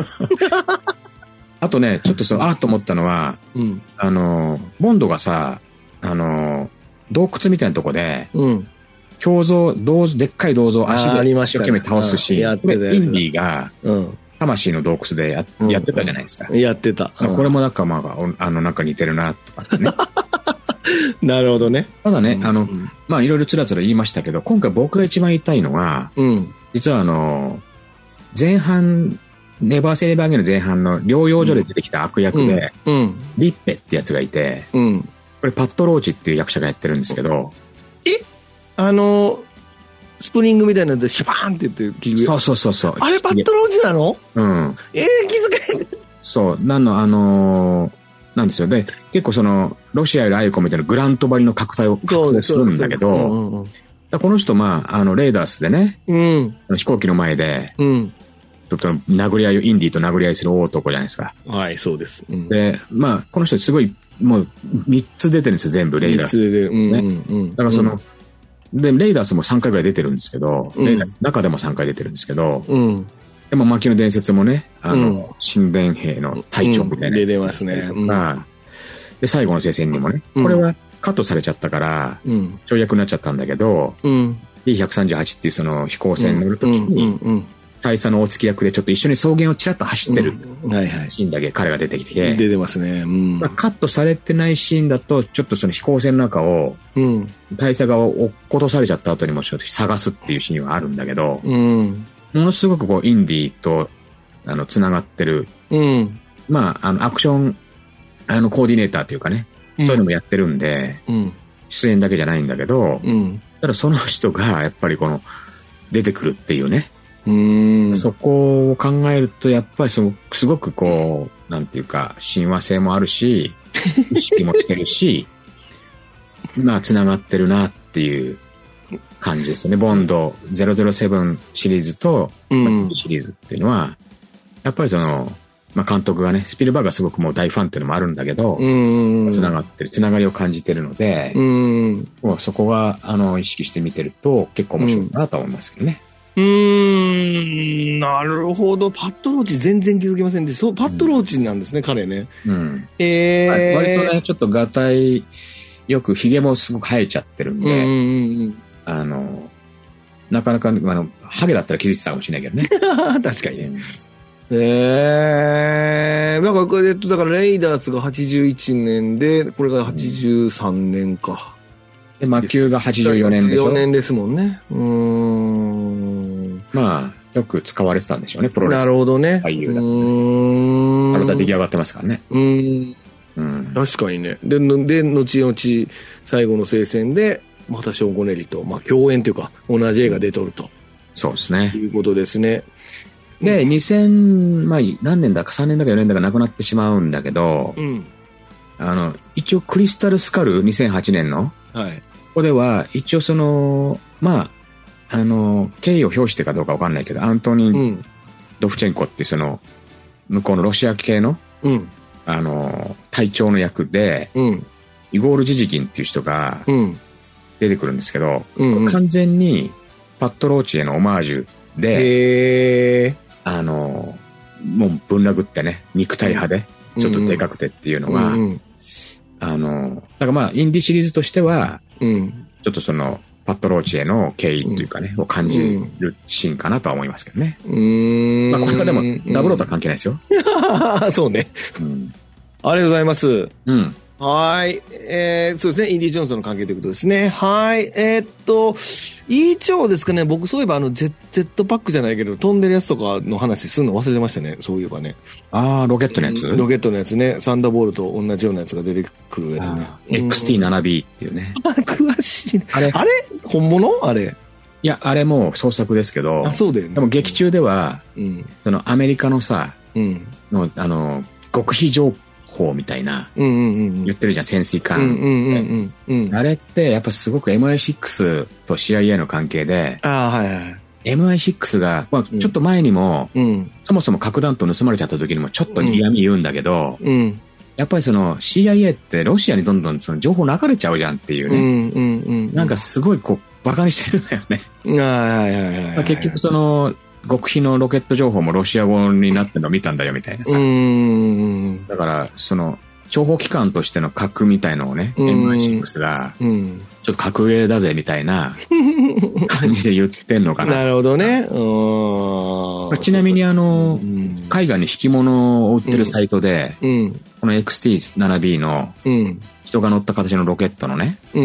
あとね、ちょっとそう、あーと思ったのは、うん、あの、ボンドがさ、あの、洞窟みたいなとこで、うん、胸像、銅でっかい銅像を足で一生懸命倒すし、これインディが、魂の洞窟で や,、うん、やってたじゃないですか。 やってた。 うん、これもなんかまあ、あの、なんか似てるな、とかってね。 なるほどね。 ただね、あの、まあ、いろいろつらつら言いましたけど、今回僕が一番言いたいのは、うん、実はあの、前半、ネバーセイバーゲンの前半の療養所で出てきた悪役で、うんうん、リッペってやつがいて、うん、これパッド・ローチっていう役者がやってるんですけど、 えあのスプリングみたいなのでシュバーンって言って切る。 そうそうそうそう。 あれパッド・ローチなの？うん。えー、気づけない。 そう、なんのあのー、なんですよ。で、結構そのロシアより愛を込めてのグラント張りの格闘を格闘するんだけど、うんうん、この人まああのレーダースでね、うん、飛行機の前で。うんちょっと殴り合いを、インディと殴り合いする大男じゃないですか。 はい、そうです。 うん、で、まあ、この人すごい、もう、みっつ出てるんですよ、全部、レイダース。みっつ出てる。うんうんうん、だからその、うん、で、レイダースもさんかいぐらい出てるんですけど、うん、レイダース、中でもさんかい出てるんですけど、うん、でも、牧野伝説もね、あの、うん、神殿兵の隊長みたいなやつ、 うん、出てますね。うん、 で、最後の聖戦にもね、これはカットされちゃったから、うん、跳躍になっちゃったんだけど、うん、ディーひゃくさんじゅうはち っていうその飛行船に乗るときに、うんうんうん大佐の大月役でちょっと一緒に草原をちらっと走ってるシーンだけ彼が出てきて、 出てますね、うんまあ、カットされてないシーンだとちょっとその飛行船の中を大佐が落っことされちゃった後にもちょっと探すっていうシーンはあるんだけど、うん、ものすごくこうインディーとあのつながってる、うん、まああのアクションあのコーディネーターというかね、うん、そういうのもやってるんで、うん、出演だけじゃないんだけど、うん、ただその人がやっぱりこの出てくるっていうねうんそこを考えるとやっぱりそのすごくこうなんていうか親和性もあるし意識もしてるしまあつながってるなってっていう感じですよね。ボンドゼロゼロセブンシリーズと、うん、シリーズっていうのは、やっぱりその、まあ、監督がね、スピルバーグがすごくもう大ファンっていうのもあるんだけど、つながってる、つながりを感じてるので、うんもうそこは、あの、意識して見てると結構面白いなと思いますけどね。 うーん、なるほど。パッドローチ全然気づきませんで、そう、パッドローチなんですね、うん、彼ね。うん。えー、 割とね、ちょっとガタイ、よく髭もすごく生えちゃってるんで、うんうんうん、あの、なかなか、あの、ハゲだったら気づいてたかもしれないけどね。 確かにね。ええー、だからこれ、だからレイダーズがはちじゅういちねんで、これがはちじゅうさんねんか。 で、魔球がはちじゅうよねんでしょ。 よねんですもんね。うーん。 まあ、よく使われてたんでしょうね、プロレス。 なるほどね。 俳優だって。うーん。体出来上がってますからね。 うーん。うん、確かにね。で、で、後々、最後の聖戦で、またショーン・コネリーと、まあ、共演というか、同じ映画出とると。 そうですね。 いうことですね。 で、にせん、まあ、何年だかさんねんだかよねんだか亡くなってしまうんだけど、うん、あの、一応クリスタルスカルにせんはちねんの、はい。ここでは、一応その、まあ、あの、敬意を表してかどうかわかんないけど、アントニー・ドフチェンコっていうその、向こうのロシア系の、うん、あの、隊長の役で、うん、イゴール・ジジキンっていう人が出てくるんですけど、うんうん、完全にパットローチへのオマージュで、あの、もうぶん殴ってね、肉体派で、ちょっとでかくてっていうのが、うんうん、あの、だからまあ、インディシリーズとしては、うん、ちょっとその、パットローチへの敬意というかね、うん、を感じるシーンかなとは思いますけどね。うん、まあ、これはでも、ダブローとは関係ないですよ。 そうね、うん。ありがとうございます。うん。はい。えー、そうですね。インディ・ジョーンズとの関係ということですね。はい。えー、っと、いい蝶ですかね。僕そういえばあの、ジェットパックじゃないけど、飛んでるやつとかの話するの忘れてましたね。そういえばね。 ああ、ロケットのやつ、 うん、ロケットのやつね。サンダーボールと同じようなやつが出てくるやつね。 エックスティーセブンビー っていうね。 あ、詳しい。あれあれ本物あれいや、あれも創作ですけど。 あ、そうだよね。 でも劇中では、うん、そのアメリカのさ、うん、の、あの、極秘情報法みたいな、言ってるじゃん、潜水艦。あれって、やっぱすごく エムアイシックス と シーアイエー の関係で、あ、はいはい、エムアイシックス が、まあ、ちょっと前にも、うん、そもそも核弾頭盗まれちゃった時にもちょっと嫌味言うんだけど、うん、やっぱりその シーアイエー ってロシアにどんどんその情報流れちゃうじゃんっていうね。うんうんうん、なんかすごいこう、バカにしてるんだよね。結局その、極秘のロケット情報もロシア語になってるのを見たんだよみたいなさ。うんだから、その、諜報機関としての核みたいのをね、エムアイシックス が、ちょっと格上だぜみたいな感じで言ってんのかな。 なるほどね。 ちなみにあの、海外に引き物を売ってるサイトで、うん、この エックスティーセブンビー の人が乗った形のロケットのね、うん、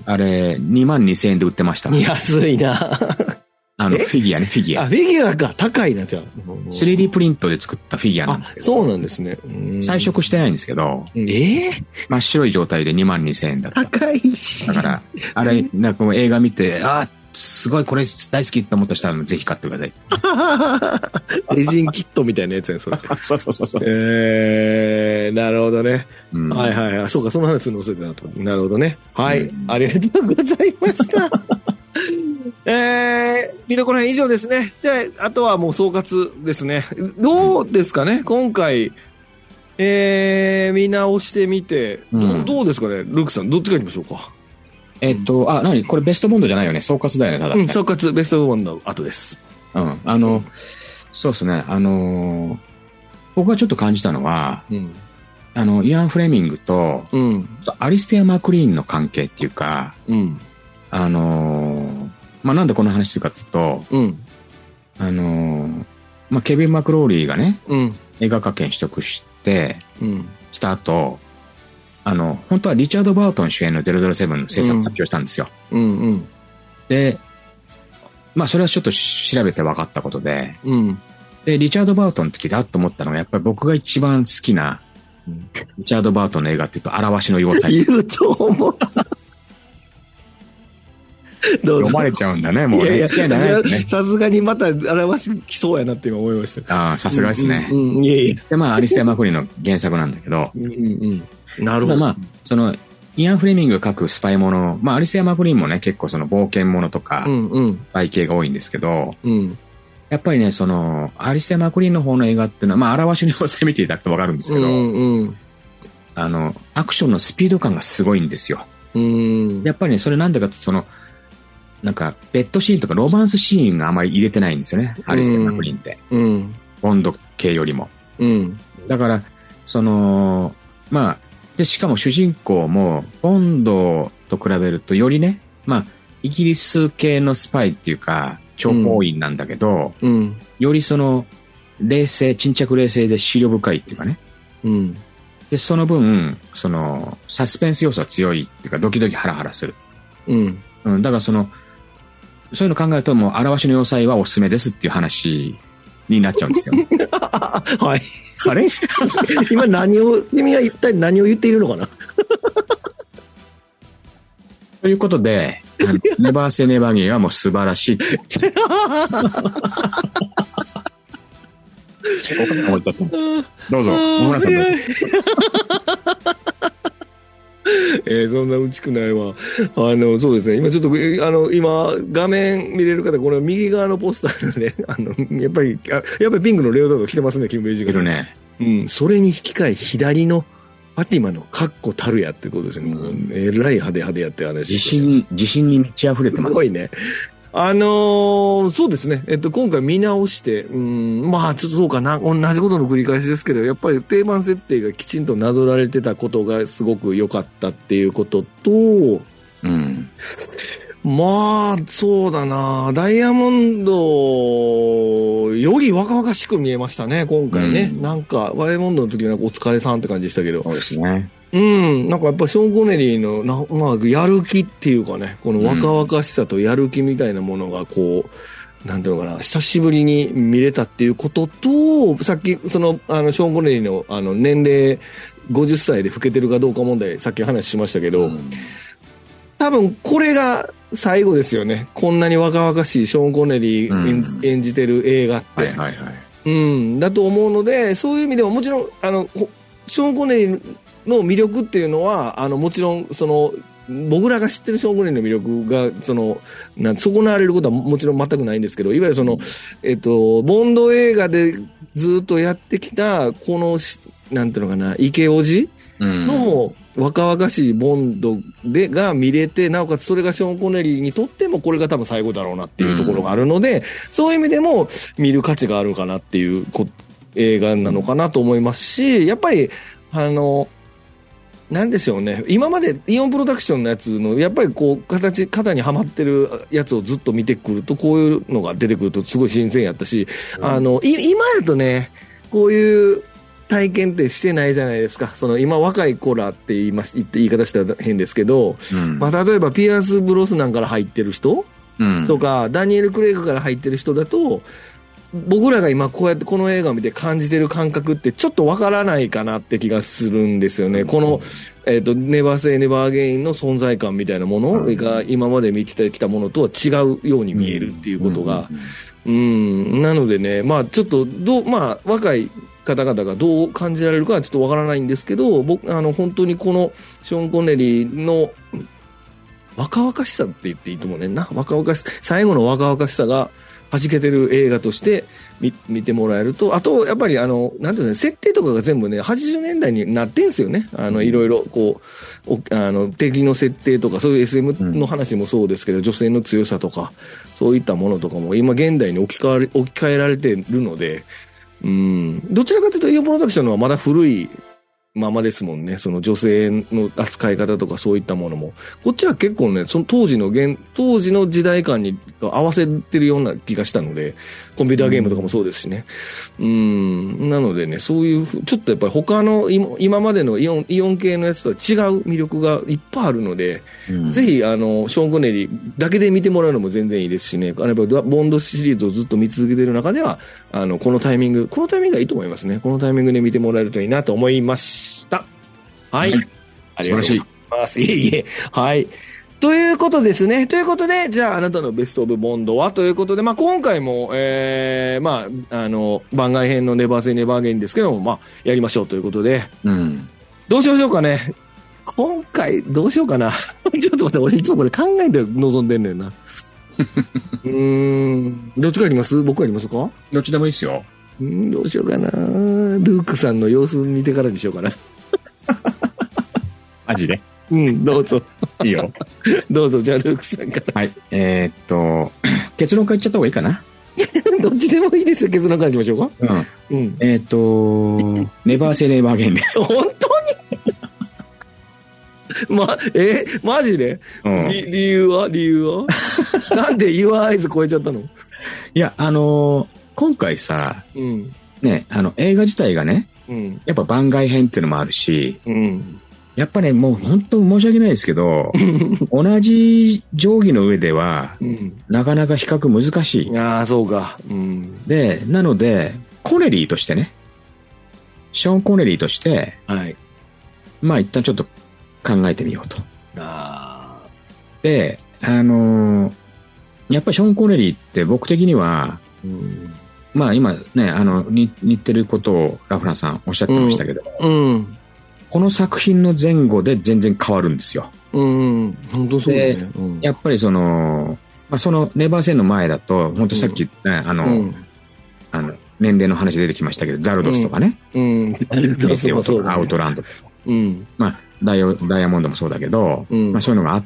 あれにまんにせんえんで売ってました。 安いな。 あの、フィギュアね、フィギュア。 あ、フィギュアか。高いな、じゃあ。 スリーディー プリントで作ったフィギュアなんですけど。 そうなんですね。 彩色してないんですけど。えー、真っ白い状態でにまんにせんえんだった。 高いし。 だから、あれ、なんか映画見て、あー、すごいこれ大好きって思った人はぜひ買ってください。レジンキットみたいなやつや、それ。 そうそうそうそう。 えー、なるほどね。うん、はいはいはい。そうか、その話するの忘れてなと。なるほどね。はい。うん、ありがとうございました。えー、見どころ以上ですね。で、あとはもう総括ですね。どうですかね、今回、えー、見直してみて、どう、うん、どうですかね、ルークさん、どっちからいきましょうか。 えっと、あ、何これベストボンドじゃないよね。総括だよね、ただ。 うん、総括、ベストボンド後です。 うん。あの、うん、そうですね。あのー、僕がちょっと感じたのは、うん、あの、イアン・フレミングと、うん、アリステア・マクリーンの関係っていうか、うん、あのー、まあ、なんでこの話するかっていうと、うん、あのー、まあ、ケビン・マクローリーがね、うん、映画化権取得して、うん、した後、あの、本当はリチャード・バートン主演のゼロゼロセブンの制作発表したんですよ。うんうん、で、まあ、それはちょっと調べて分かったことで、うん、で、リチャード・バートンって聞いてあっと思ったのが、やっぱり僕が一番好きな、リチャード・バートンの映画っていうと、表しの要塞。 言うと思う。 読まれちゃうんだね、もうね。いやいや、 さすがにまた表しきそうやなって今思いました。 ああ、さすがですね。うんうん、いやいや。で、まあ、アリステア・マクリーの原作なんだけど、うんうん、なるほど。まあ、その、 イアン・フレミングが書くスパイもの、まあ、アリステア・マクリーンもね、結構その冒険ものとか、うんうん、スパイ系が多いんですけど、うん、やっぱりね、その、アリステア・マクリーンの方の映画っていうのは、まあ、表しの要塞見ていただくとわかるんですけど、うんうん、あの、アクションのスピード感がすごいんですよ。うん、やっぱりね、それなんでかって、その、なんか、ベッドシーンとかロマンスシーンがあまり入れてないんですよね、アリステア・マクリーンって。うん、ボンド系よりも。うん、だから、その、まあ、で、しかも主人公も、ボンドと比べるとよりね、まあ、イギリス系のスパイっていうか、諜報員なんだけど、うん、よりその、冷静、沈着冷静で思慮深いっていうかね。うん、で、その分、その、サスペンス要素は強いっていうか、ドキドキハラハラする。うん。うん、だからその、そういうの考えると、もう、表しの要塞はおすすめですっていう話になっちゃうんですよ。 はい。あれ今何を、君は一体何を言っているのかなということで、ネバーセネバーゲイはもう素晴らしいって。どうぞ、小村さんどうぞ。 えー、そんなうちくないわ。あの、そうですね。今ちょっと、あの、今、画面見れる方、この右側のポスターのね、あの、やっぱり、やっぱりピンクのレオタード着てますね、キム・ベイジが。 いるね。 うん、それに引き換え、左の、ファティマのカッコたるやってことですね。うん、えらい派手派手やって話。 自信、自信に満ち溢れてます。 すごいね。あのー、そうですね。えっと、今回見直して、うん、まあ、ちょっとそうかな。同じことの繰り返しですけど、やっぱり定番設定がきちんとなぞられてたことがすごく良かったっていうことと、うん。まあ、そうだな。ダイヤモンドより若々しく見えましたね、今回ね。うん、なんか、ダイヤモンドの時はお疲れさんって感じでしたけど。 そうですね。 うん、なんかやっぱショーン・コネリーのな、まあ、やる気っていうかね、この若々しさとやる気みたいなものがこう、うん、なんていうのかな、久しぶりに見れたっていうことと、さっき、その、あの、ショーン・コネリーの、あの、年齢、ごじゅっさいで老けてるかどうか問題、さっき話しましたけど、うん、多分これが最後ですよね。こんなに若々しいショーン・コネリー演、うん、演じてる映画って。はいはいはい。うん、だと思うので、そういう意味でももちろん、あの、ショーン・コネリーの魅力っていうのは、あの、もちろん、その、僕らが知ってるショーン・コネリーの魅力が、その、なん損なわれることはもちろん全くないんですけど、いわゆるその、えっと、ボンド映画でずっとやってきた、この、なんていうのかな、イケオジの若々しいボンドでが見れて、なおかつそれがショーン・コネリーにとってもこれが多分最後だろうなっていうところがあるので、うん、そういう意味でも見る価値があるかなっていう映画なのかなと思いますし、やっぱり、あの、なんでしょうね。今までイオンプロダクションのやつの、やっぱりこう、形、肩にはまってるやつをずっと見てくると、こういうのが出てくるとすごい新鮮やったし、うん、あの、い今だとね、こういう体験ってしてないじゃないですか。その今若い子らって言いまし、言って言い方したら変ですけど、うん、まあ例えばピアス・ブロスナンから入ってる人、うん、とか、ダニエル・クレイグから入ってる人だと、僕らが今こうやってこの映画を見て感じてる感覚ってちょっとわからないかなって気がするんですよね。この、えっと、ネバーセイネバーゲインの存在感みたいなものが今まで見てきたものとは違うように見えるっていうことが、うん、なのでね、まあちょっとどう、まあ若い方々がどう感じられるかはちょっとわからないんですけど、僕、あの、本当にこのショーン・コネリーの若々しさって言っていいと思うねんな。若々し、最後の若々しさが、弾けてる映画として見、見てもらえると、あと、やっぱりあの、なんていうの、設定とかが全部ね、はちじゅうねんだいになってんすよね。あの、いろいろ、こう、あの、敵の設定とか、そういう エスエム の話もそうですけど、うん、女性の強さとか、そういったものとかも今現代に置き換わり、置き換えられてるので、うん、どちらかというと、イオンプロダクションのはまだ古いままですもんね。その女性の扱い方とかそういったものも。こっちは結構ね、その当時の現、当時の時代感に合わせてるような気がしたので、コンピューターゲームとかもそうですしね。うん、なのでね、そういう、ちょっとやっぱり他の今、今までのイオン、イオン系のやつとは違う魅力がいっぱいあるので、うん、ぜひ、あの、ショーン・コネリーだけで見てもらうのも全然いいですしね、あのやっぱボンドシリーズをずっと見続けてる中では、あの、このタイミング、このタイミングがいいと思いますね。このタイミングで見てもらえるといいなと思いました。はい。はい、ありがとうございます。いえいえ。はい。ということですね。ということで、じゃああなたのベストオブボンドはということで、まあ今回も、えー、まあ、あの、番外編のネバーセイネバーゲインですけども、まあ、やりましょうということで、うん。どうしましょうかね。 今回、どうしようかな。ちょっと待って、俺いつもこれ考えて臨んでんねんな。うーん。どっちからいきます？僕からいきますか？ どっちでもいいですよ。 うん、どうしようかな。ルークさんの様子見てからにしようかな。 マジで？ うん、どうぞ。 いいよ。 どうぞ、じゃあルークさんから。 はい。えー、っと、結論から言っちゃった方がいいかな。 どっちでもいいですよ、結論からしましょうか。 うん。うん、えー、っと、ネバーセネバーゲンで。 本当にま、え、マジで、うん、理, 理由は理由はなんで Your Eyes 超えちゃったの？ いや、あのー、今回さ、うん、ね、あの、映画自体がね、うん、やっぱ番外編っていうのもあるし、うん、やっぱね、もう本当申し訳ないですけど、同じ定規の上では、うん、なかなか比較難しい。 ああ、そうか。うん、 で、なので、コネリーとしてね、ショーン・コネリーとして、はい、まあ一旦ちょっと考えてみようと。あで、あのー、やっぱりショーン・コネリーって僕的には、うん、まあ今ね、あの、似てることをラフランさんおっしゃってましたけど、うんうん、この作品の前後で全然変わるんですよ。うん、本当そうね。うん、やっぱりその、まあ、そのネバーセンの前だと、本当さっき、ね、うん、あの、うん、あの、年齢の話出てきましたけど、ザルドスとかね、うん、メテオとかアウトランドとか、うん、まあダイヤ、ダイヤモンドもそうだけど、うん、まあそういうのがあって、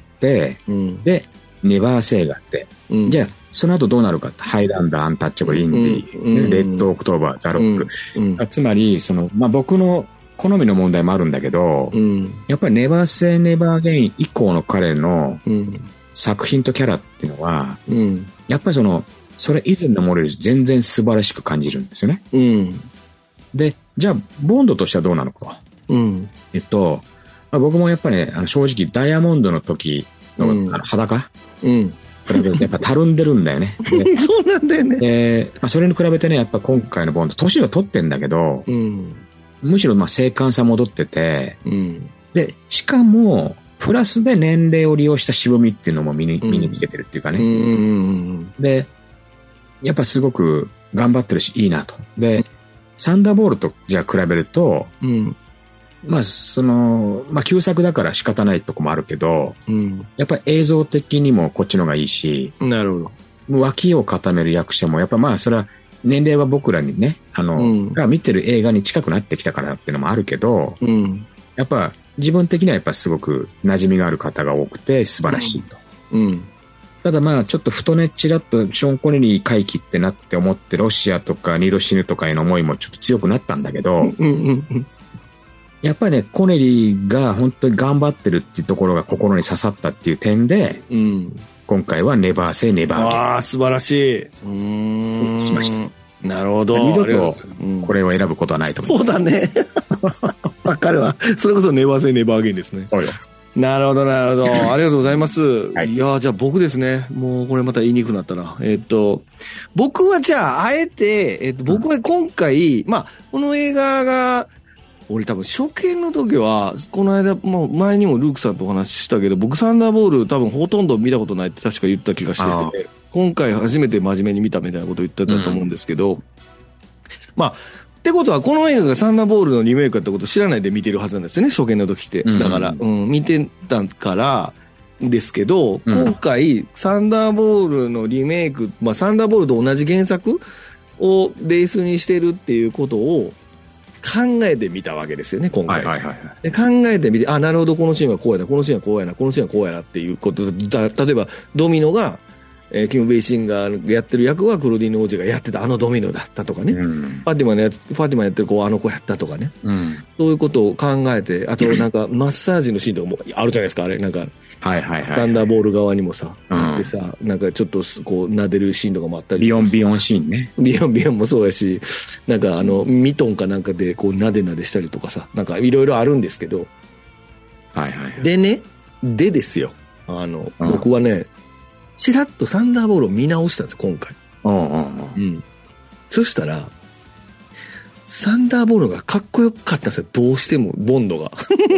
うん、で、ネバーセイがあって、うん、じゃあ、その後どうなるかって、ハイランダー、アンタッチャブル、インディ、うん、レッドオクトーバー、ザロック。うんうん、つまり、その、まあ僕の好みの問題もあるんだけど、うん、やっぱりネバーセイ、ネバーゲイン以降の彼の作品とキャラっていうのは、うん、やっぱりその、それ以前のものより全然素晴らしく感じるんですよね。うん、で、じゃあ、ボンドとしてはどうなのか。うん、えっと、まあ、僕もやっぱりね、あの正直ダイヤモンドの時の、うん、あの裸、うん、比べてやっぱたるんでるんだよね。そうなんだよね。で、まあ、それに比べてね、やっぱ今回のボンド、年は取ってんだけど、うん、むしろまあ精悍さ戻ってて、うん、で、しかも、プラスで年齢を利用した渋みっていうのも身に、身につけてるっていうかね。うん、で、やっぱすごく頑張ってるし、いいなと。で、サンダーボールとじゃあ比べると、うん、まあ、その、まあ、旧作だから仕方ないとこもあるけど、うん、やっぱり映像的にもこっちの方がいいし、なるほど。脇を固める役者も、やっぱまあ、それは年齢は僕らにね、あの、うん、が見てる映画に近くなってきたからっていうのもあるけど、うん、やっぱ自分的にはやっぱすごく馴染みがある方が多くて素晴らしいと。うんうん、ただまあ、ちょっとふとね、ちらっとショーン・コネリー回帰ってなって思って、ロシアとか二度死ぬとかへの思いもちょっと強くなったんだけど、うんうんうん、やっぱりね、コネリーが本当に頑張ってるっていうところが心に刺さったっていう点で、うん、今回はネバーセイネバーゲン。ああ、素晴らしい。うーん。しました。なるほど。二度とこれを選ぶことはないと思います。そうだね。わかるわ。それこそネバーセイネバーゲンですね。そうよ。なるほど、なるほど。ありがとうございます。はい、いやじゃあ僕ですね。もうこれまた言いにくくなったな。えっと、僕はじゃあ、あえて、えっと、僕は今回、うん、まあ、この映画が、俺多分初見の時は、この間、もう前にもルークさんとお話ししたけど、僕サンダーボール多分ほとんど見たことないって確か言った気がしてて、今回初めて真面目に見たみたいなこと言ってたと思うんですけど、うん、まあ、ってことはこの映画がサンダーボールのリメイクだってことを知らないで見てるはずなんですよね、初見の時って。だから、うん、見てたからですけど、うん、今回サンダーボールのリメイク、まあサンダーボールと同じ原作をベースにしてるっていうことを、考えてみたわけですよね、今回。はいはいはい、で考えてみて、あ、なるほど、このシーンはこうやな、このシーンはこうやな、このシーンはこうやなっていうことだ。例えば、ドミノが、えー、キム・ベイシンがやってる役はクロディーヌ王子がやってたあのドミノだったとかね。うん、ファティマのやつ、ファティマやってる子はあの子やったとかね。うん、そういうことを考えて、あとなんかマッサージのシーンとかもあるじゃないですか、あれ。なんか、はいはいはい。サンダーボール側にもさ、うん、でさ、なんかちょっとこう、撫でるシーンとかもあったり。ビヨンビヨンシーンね。ビヨンビヨンもそうやし、なんかあの、ミトンかなんかでこう、撫で撫でしたりとかさ、なんかいろいろあるんですけど。はいはい。でね、でですよ。あの、うん、僕はね、チラッとサンダーボールを見直したんですよ、今回。うんうんうん。うん。そしたら、サンダーボールがかっこよかったんですよ、どうしても、ボンドが。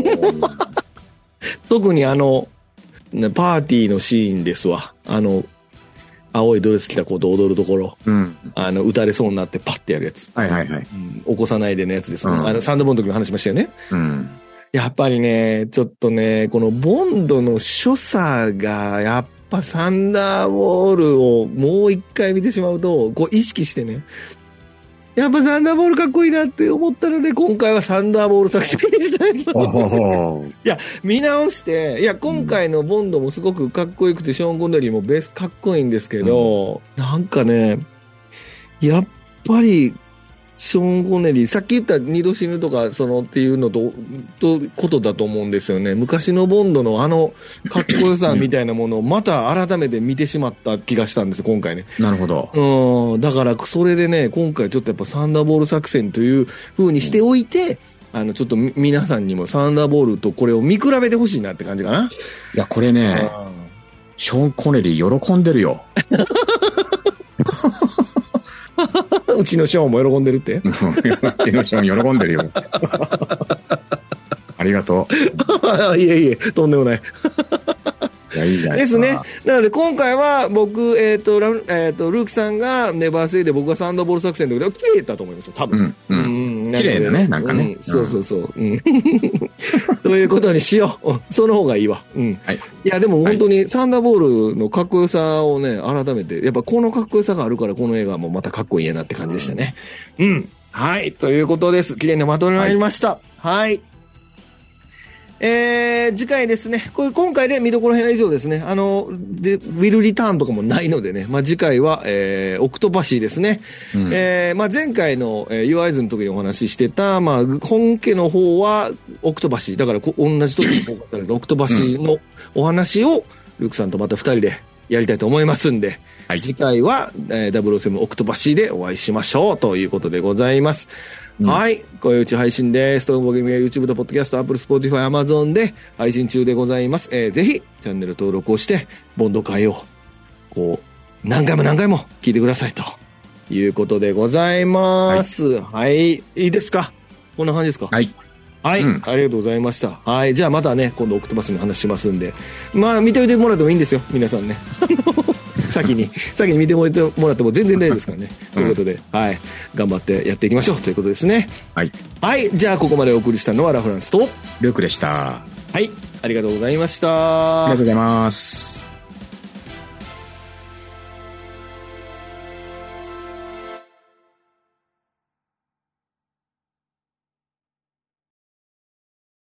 特にあの、パーティーのシーンですわ。あの、青いドレス着た子と踊るところ。うん。あの、撃たれそうになってパッてやるやつ。はいはいはい。うん、起こさないでのやつですね。うん、あの、サンダーボールの時も話しましたよね。うん。 やっぱりね、ちょっとね、このボンドの所作が、やっぱサンダーボールをもう一回見てしまうと、こう意識してね、やっぱサンダーボールかっこいいなって思ったので、今回はサンダーボール作戦にしたいと思います。いや、見直して、いや、今回のボンドもすごくかっこよくて、ショーン・コネリーもベースかっこいいんですけど、うん、なんかね、やっぱり、ショーン・コネリー、さっき言った二度死ぬとか、そのっていうのと、と、ことだと思うんですよね。昔のボンドのあの、かっこよさみたいなものをまた改めて見てしまった気がしたんです、今回ね。 なるほど。 うん。だから、それでね、今回ちょっとやっぱサンダーボール作戦という風にしておいて、うん、あの、ちょっと皆さんにもサンダーボールとこれを見比べてほしいなって感じかな。 いや、これね、ショーン・コネリー喜んでるよ。 うちのショーンも喜んでるってうちのショーン喜んでるよ。ありがとう。いえいえ、とんでもない。 いや、いいじゃないですね。なので今回は僕、えっ、ー、と、えっ、ー、と、ルークさんがネバーセイで僕がサンダーボール作戦で綺麗だったと思いますよ、多分。 うん。うん。綺麗だね、なんかね。 うん、そうそうそう。うん。ということにしよう。その方がいいわ。うん。はい。いや、でも本当にサンダーボールのかっこよさをね、改めて、やっぱこのかっこよさがあるからこの映画もまたかっこいいやなって感じでしたね。うん。うん、はい。ということです。綺麗なまとめになりました。はい、はい。えー、次回ですね。これ今回で見どころ編は以上ですね。あの、で、ウィルリターンとかもないのでね。まあ、次回は、えー、オクトパシーですね。うん、えー、まあ、前回の、えー、ユアイズの時にお話ししてた、まあ、本家の方はオクトパシー。だからこ、同じ時の方がオクトパシーのお話を、ルークさんとまた二人でやりたいと思いますんで、はい、次回は、えー、ダブルオーセブンオクトパシーでお会いしましょうということでございます。うん、はい。声打ち配信です。トーンボゲミや YouTube と Podcast、Apple、Spotify、Amazon で配信中でございます。えー、ぜひ、チャンネル登録をして、ボンド会を、こう、何回も何回も聞いてくださいということでございます。はい。はい、いいですか？こんな感じですか？ はい。 はい、うん。ありがとうございました。はい。じゃあまたね、今度オクトパスの話しますんで。まあ、見ておいてもらってもいいんですよ。皆さんね。先に、先に見てもらってもらっても全然大丈夫ですからね。ということで、はい。頑張ってやっていきましょうということですね。 はい。 はい。じゃあ、ここまでお送りしたのはラフランスと、 ルークでした。 はい。ありがとうございました。 ありがとうございます。